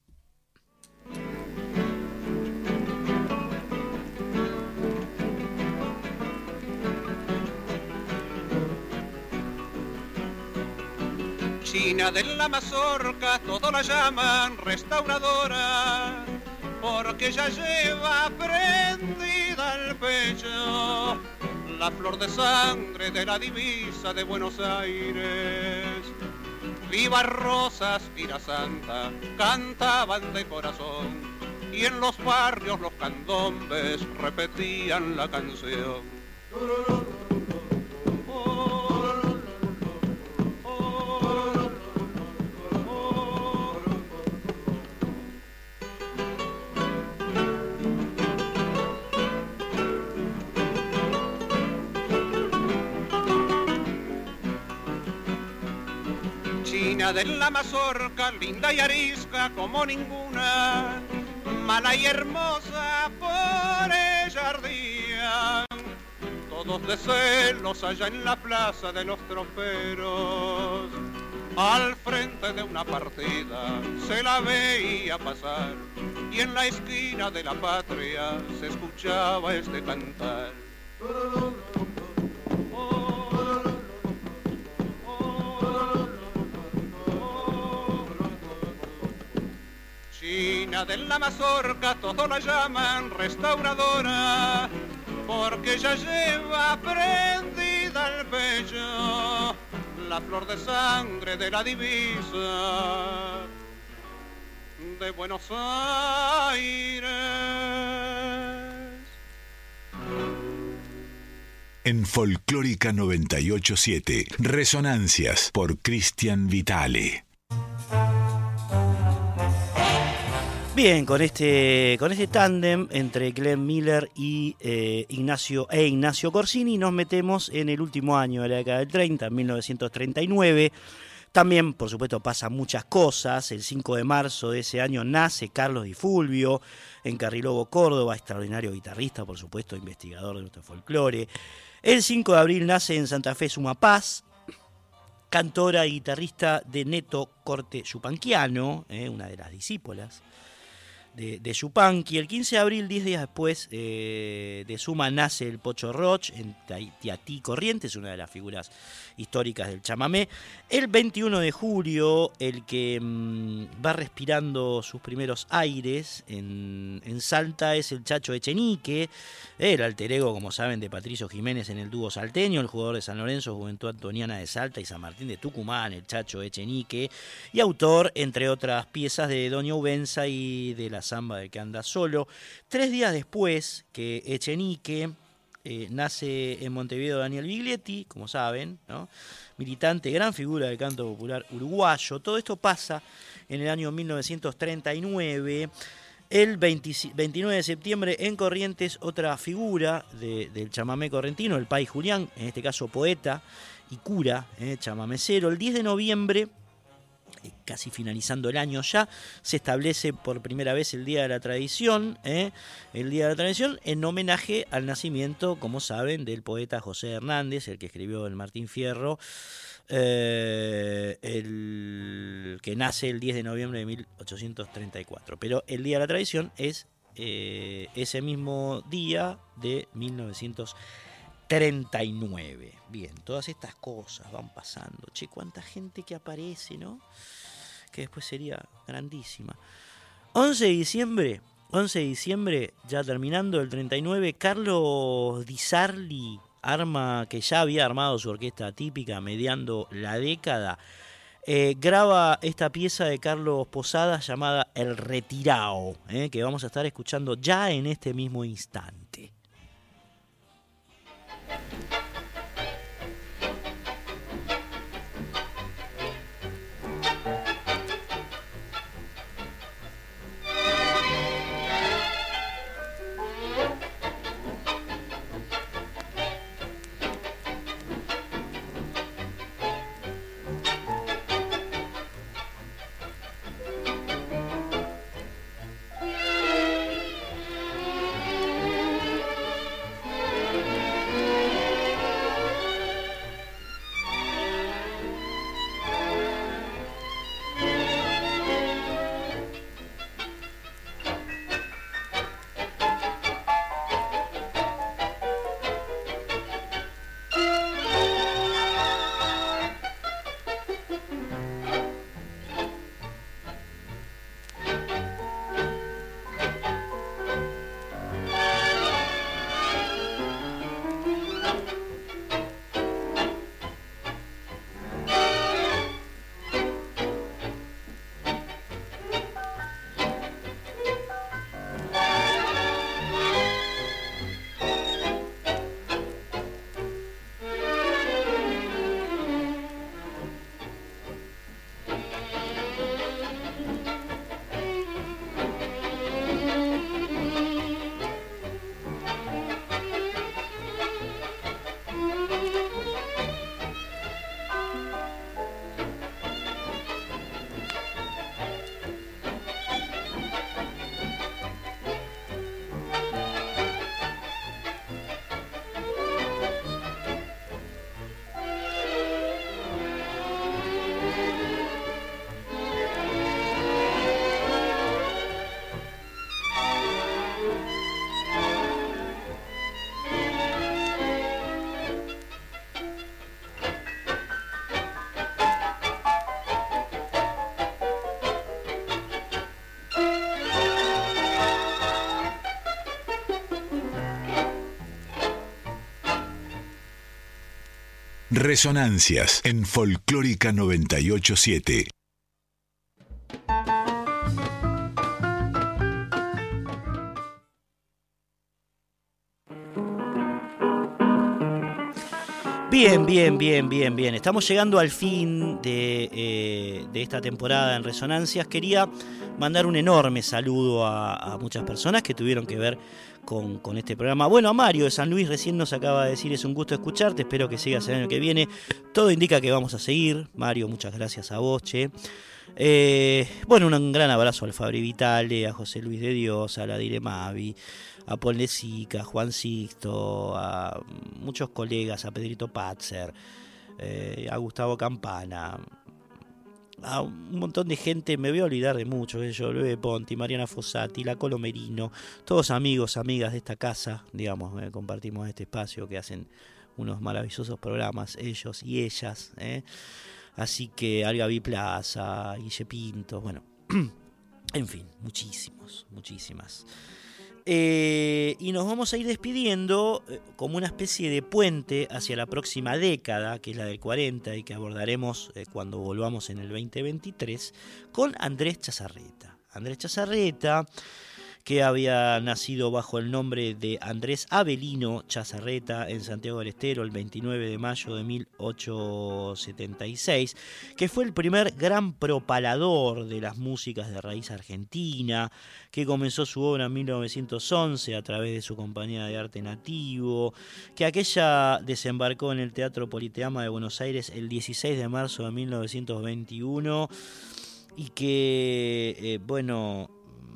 China de la Mazorca, todos la llaman restauradora, porque ella lleva prendida al pecho la flor de sangre de la divisa de Buenos Aires. Viva Rosa, aspira santa, cantaban de corazón, y en los barrios los candombes repetían la canción. China de la Mazorca, linda y arisca como ninguna, mala y hermosa por ella ardían todos de celos allá en la plaza de los troperos. Al frente de una partida se la veía pasar, y en la esquina de la patria se escuchaba este cantar. China de la Mazorca, todos la llaman restauradora, porque ella lleva prendida al pecho la flor de sangre de la divisa de Buenos Aires. En Folclórica noventa y ocho punto siete, Resonancias por Cristian Vitale. Bien, con este, con este tándem entre Glenn Miller y eh, Ignacio e Ignacio Corsini nos metemos en el último año de la década del treinta, mil novecientos treinta y nueve. También, por supuesto, pasan muchas cosas. El cinco de marzo de ese año nace Carlos Di Fulvio en Carrilobo, Córdoba, extraordinario guitarrista, por supuesto, investigador de nuestro folclore. El cinco de abril nace en Santa Fe Suma Paz, cantora y guitarrista de Neto Corte Yupanquiano, eh, una de las discípulas de, de Yupanqui. El quince de abril, diez días después eh, de Suma, nace el Pocho Roch en Tiatí Corrientes, una de las figuras históricas del chamamé. El veintiuno de julio, el que mmm, va respirando sus primeros aires en, en Salta es el Chacho Echenique, el alter ego, como saben, de Patricio Jiménez en el dúo salteño, el jugador de San Lorenzo, Juventud Antoniana de Salta y San Martín de Tucumán, el Chacho Echenique, y autor, entre otras piezas, de Doña Ubenza y de la Zamba de Que Anda Solo. Tres días después que Echenique eh, nace en Montevideo Daniel Biglietti, como saben, ¿no? Militante, gran figura del canto popular uruguayo. Todo esto pasa en el año mil novecientos treinta y nueve. El veintinueve de septiembre en Corrientes, otra figura de, del chamamé correntino, el Pai Julián, en este caso poeta y cura, eh, chamamecero. El diez de noviembre, casi finalizando el año ya, se establece por primera vez el Día de la Tradición, ¿eh? el Día de la Tradición en homenaje al nacimiento, como saben, del poeta José Hernández, el que escribió el Martín Fierro, eh, el que nace el diez de noviembre de mil ochocientos treinta y cuatro. Pero el Día de la Tradición es eh, ese mismo día de mil novecientos treinta y nueve. Bien, todas estas cosas van pasando. Che, cuánta gente que aparece, ¿no? Que después sería grandísima. once de diciembre once de diciembre, ya terminando el treinta y nueve, Carlos Di Sarli, arma que ya había armado su orquesta típica mediando la década, eh, graba esta pieza de Carlos Posadas llamada El Retirao, eh, que vamos a estar escuchando ya en este mismo instante. Resonancias en Folclórica noventa y ocho punto siete. Bien, bien, bien, bien, bien. Estamos llegando al fin de, eh, de esta temporada en Resonancias. Quería mandar un enorme saludo a, a muchas personas que tuvieron que ver con, con este programa. Bueno, a Mario de San Luis recién nos acaba de decir: es un gusto escucharte, espero que sigas el año que viene. Todo indica que vamos a seguir. Mario, muchas gracias a vos, che. Eh, bueno, un gran abrazo al Fabri Vitale, a José Luis de Dios, a la Dire Mavi, a Paul Lezica, a Juan Sixto, a muchos colegas, a Pedrito Patzer, eh, a Gustavo Campana, a un montón de gente. Me voy a olvidar de muchos, yo, Lueve Ponti, Mariana Fossati, La Colomerino, todos amigos, amigas de esta casa, digamos, eh, compartimos este espacio, que hacen unos maravillosos programas, ellos y ellas, eh. Así que Algaví Plaza, Guille Pinto, bueno, en fin, muchísimos, muchísimas. Eh, y nos vamos a ir despidiendo eh, como una especie de puente hacia la próxima década, que es la del cuarenta, y que abordaremos eh, cuando volvamos en el veinte veintitrés, con Andrés Chazarreta. Andrés Chazarreta, que había nacido bajo el nombre de Andrés Avelino Chazarreta en Santiago del Estero el veintinueve de mayo de mil ochocientos setenta y seis, que fue el primer gran propalador de las músicas de raíz argentina, que comenzó su obra en mil novecientos once a través de su compañía de arte nativo, que aquella desembarcó en el Teatro Politeama de Buenos Aires el dieciséis de marzo de mil novecientos veintiuno y que, eh, bueno...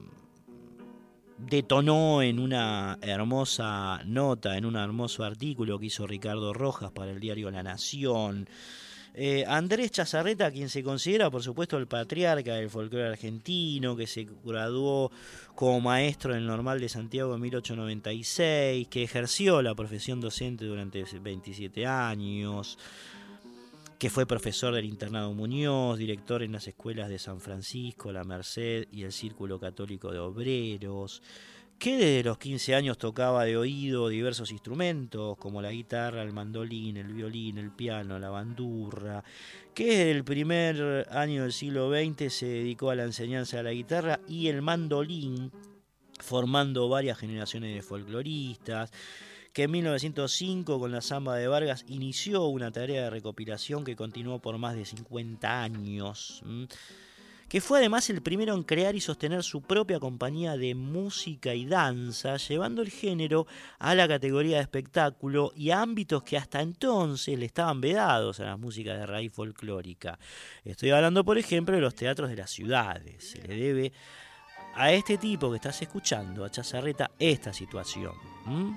detonó en una hermosa nota, en un hermoso artículo que hizo Ricardo Rojas para el diario La Nación. Eh, Andrés Chazarreta, quien se considera, por supuesto, el patriarca del folclore argentino, que se graduó como maestro en el Normal de Santiago en mil ochocientos noventa y seis, que ejerció la profesión docente durante veintisiete años, que fue profesor del Internado Muñoz, director en las escuelas de San Francisco, La Merced y el Círculo Católico de Obreros, que desde los quince años tocaba de oído diversos instrumentos como la guitarra, el mandolín, el violín, el piano, la bandurra, que desde el primer año del siglo veinte se dedicó a la enseñanza de la guitarra y el mandolín, formando varias generaciones de folcloristas, que en mil novecientos cinco con la Zamba de Vargas inició una tarea de recopilación que continuó por más de cincuenta años, que fue además el primero en crear y sostener su propia compañía de música y danza, llevando el género a la categoría de espectáculo y a ámbitos que hasta entonces le estaban vedados a la música de raíz folclórica. Estoy hablando, por ejemplo, de los teatros de las ciudades. Se le debe a este tipo que estás escuchando, a Chazarreta, esta situación. ¿Mm?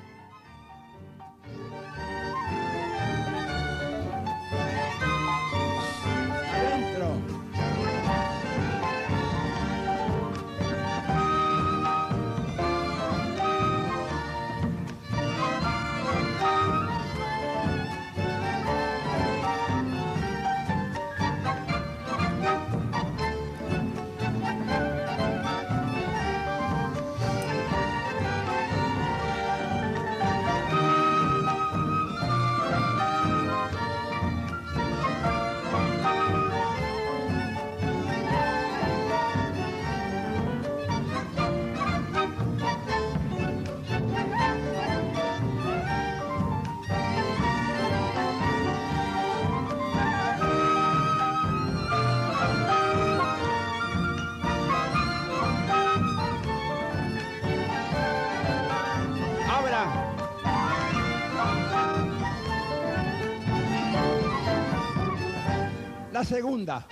La segunda.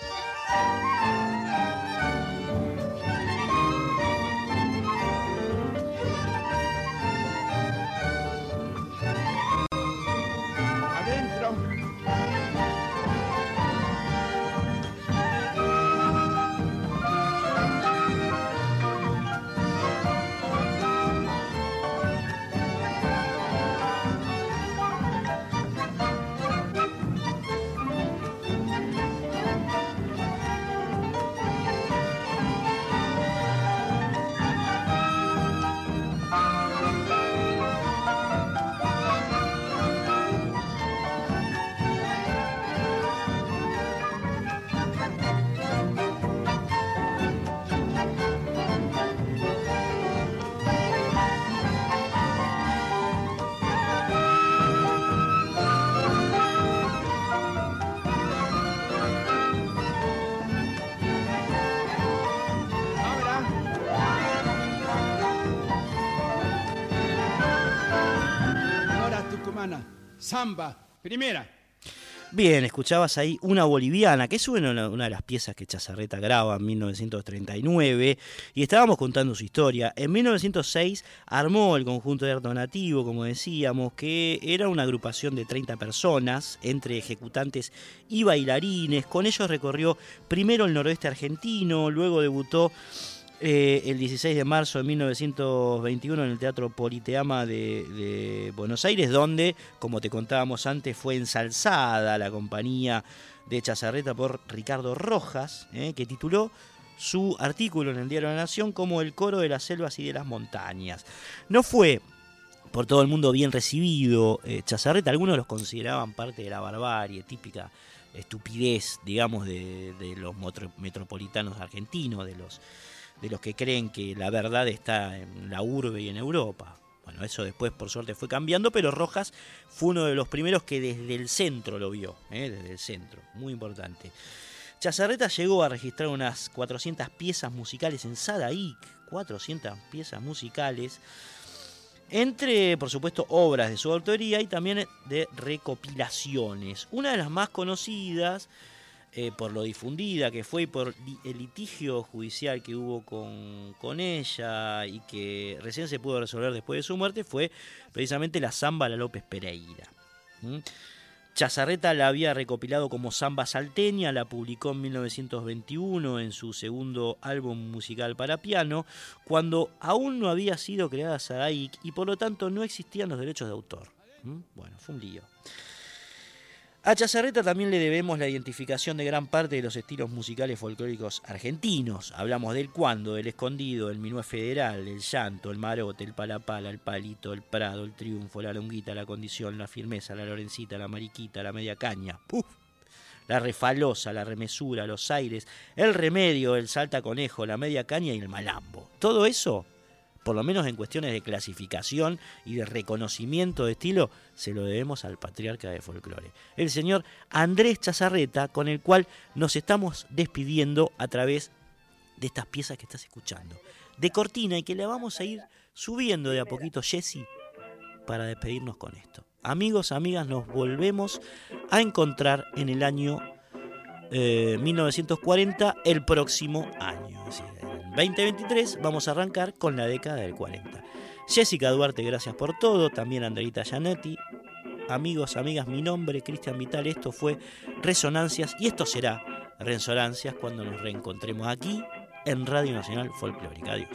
Adentro. Zamba, primera. Bien, escuchabas ahí Una Boliviana, que es una, una de las piezas que Chazarreta graba en mil novecientos treinta y nueve, y estábamos contando su historia. En mil novecientos seis armó el Conjunto de Arte Nativo, como decíamos, que era una agrupación de treinta personas, entre ejecutantes y bailarines. Con ellos recorrió primero el noroeste argentino, luego debutó Eh, el dieciséis de marzo de mil novecientos veintiuno en el Teatro Politeama de, de Buenos Aires, donde, como te contábamos antes, fue ensalzada la compañía de Chazarreta por Ricardo Rojas, eh, que tituló su artículo en el Diario de la Nación como El coro de las selvas y de las montañas. No fue por todo el mundo bien recibido eh, Chazarreta, algunos los consideraban parte de la barbarie, típica estupidez, digamos, de, de los metropolitanos argentinos, de los de los que creen que la verdad está en la urbe y en Europa. Bueno, eso después por suerte fue cambiando, pero Rojas fue uno de los primeros que desde el centro lo vio, ¿eh? desde el centro, muy importante. Chazarreta llegó a registrar unas cuatrocientas piezas musicales en Sadaic, cuatrocientas piezas musicales, entre, por supuesto, obras de su autoría y también de recopilaciones. Una de las más conocidas, Eh, por lo difundida que fue y por el litigio judicial que hubo con, con ella y que recién se pudo resolver después de su muerte, fue precisamente la Zamba a la López Pereira. ¿Mm? Chazarreta la había recopilado como Zamba Salteña, la publicó en mil novecientos veintiuno en su segundo álbum musical para piano, cuando aún no había sido creada Sadaic y por lo tanto no existían los derechos de autor. ¿Mm? Bueno, fue un lío. A Chazarreta también le debemos la identificación de gran parte de los estilos musicales folclóricos argentinos. Hablamos del cuando, el escondido, el minué federal, el llanto, el marote, el palapala, el palito, el prado, el triunfo, la longuita, la condición, la firmeza, la lorencita, la mariquita, la media caña, ¡puf! La refalosa, la remesura, los aires, el remedio, el salta conejo, la media caña y el malambo. Todo eso, por lo menos en cuestiones de clasificación y de reconocimiento de estilo, se lo debemos al patriarca de folclore, el señor Andrés Chazarreta, con el cual nos estamos despidiendo a través de estas piezas que estás escuchando, de cortina, y que le vamos a ir subiendo de a poquito, Jessy, para despedirnos con esto. Amigos, amigas, nos volvemos a encontrar en el año eh, mil novecientos cuarenta, el próximo año. Es decir, en veinte veintitrés vamos a arrancar con la década del cuarenta. Jessica Duarte, gracias por todo. También Andreita Gianetti. Amigos, amigas, mi nombre es Cristian Vital. Esto fue Resonancias y esto será Resonancias cuando nos reencontremos aquí en Radio Nacional Folclórica. Adiós.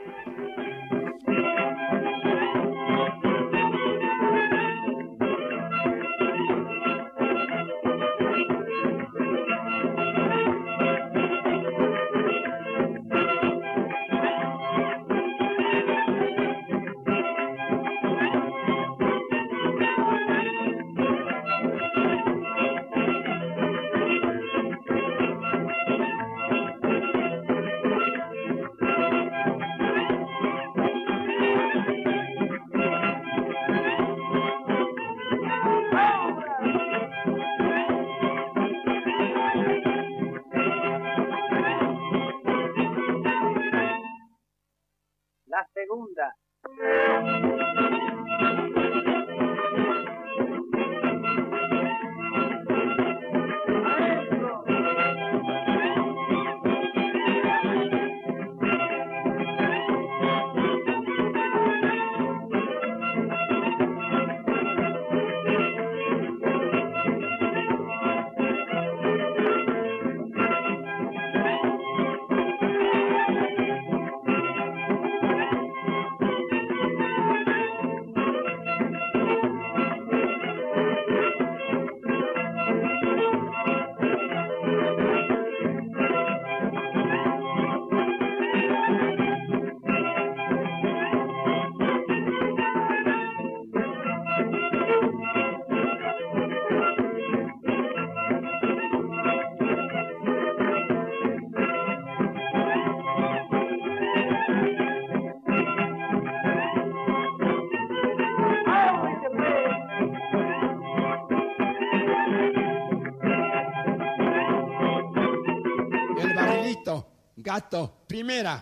Gato, primera.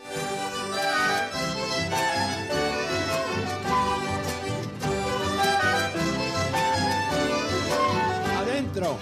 Adentro.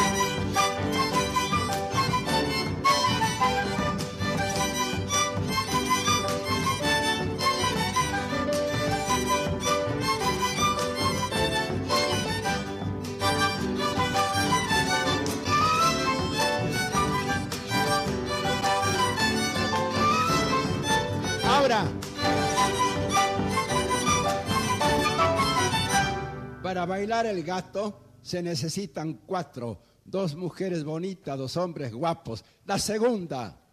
Para bailar el gato se necesitan cuatro, dos mujeres bonitas, dos hombres guapos. La segunda.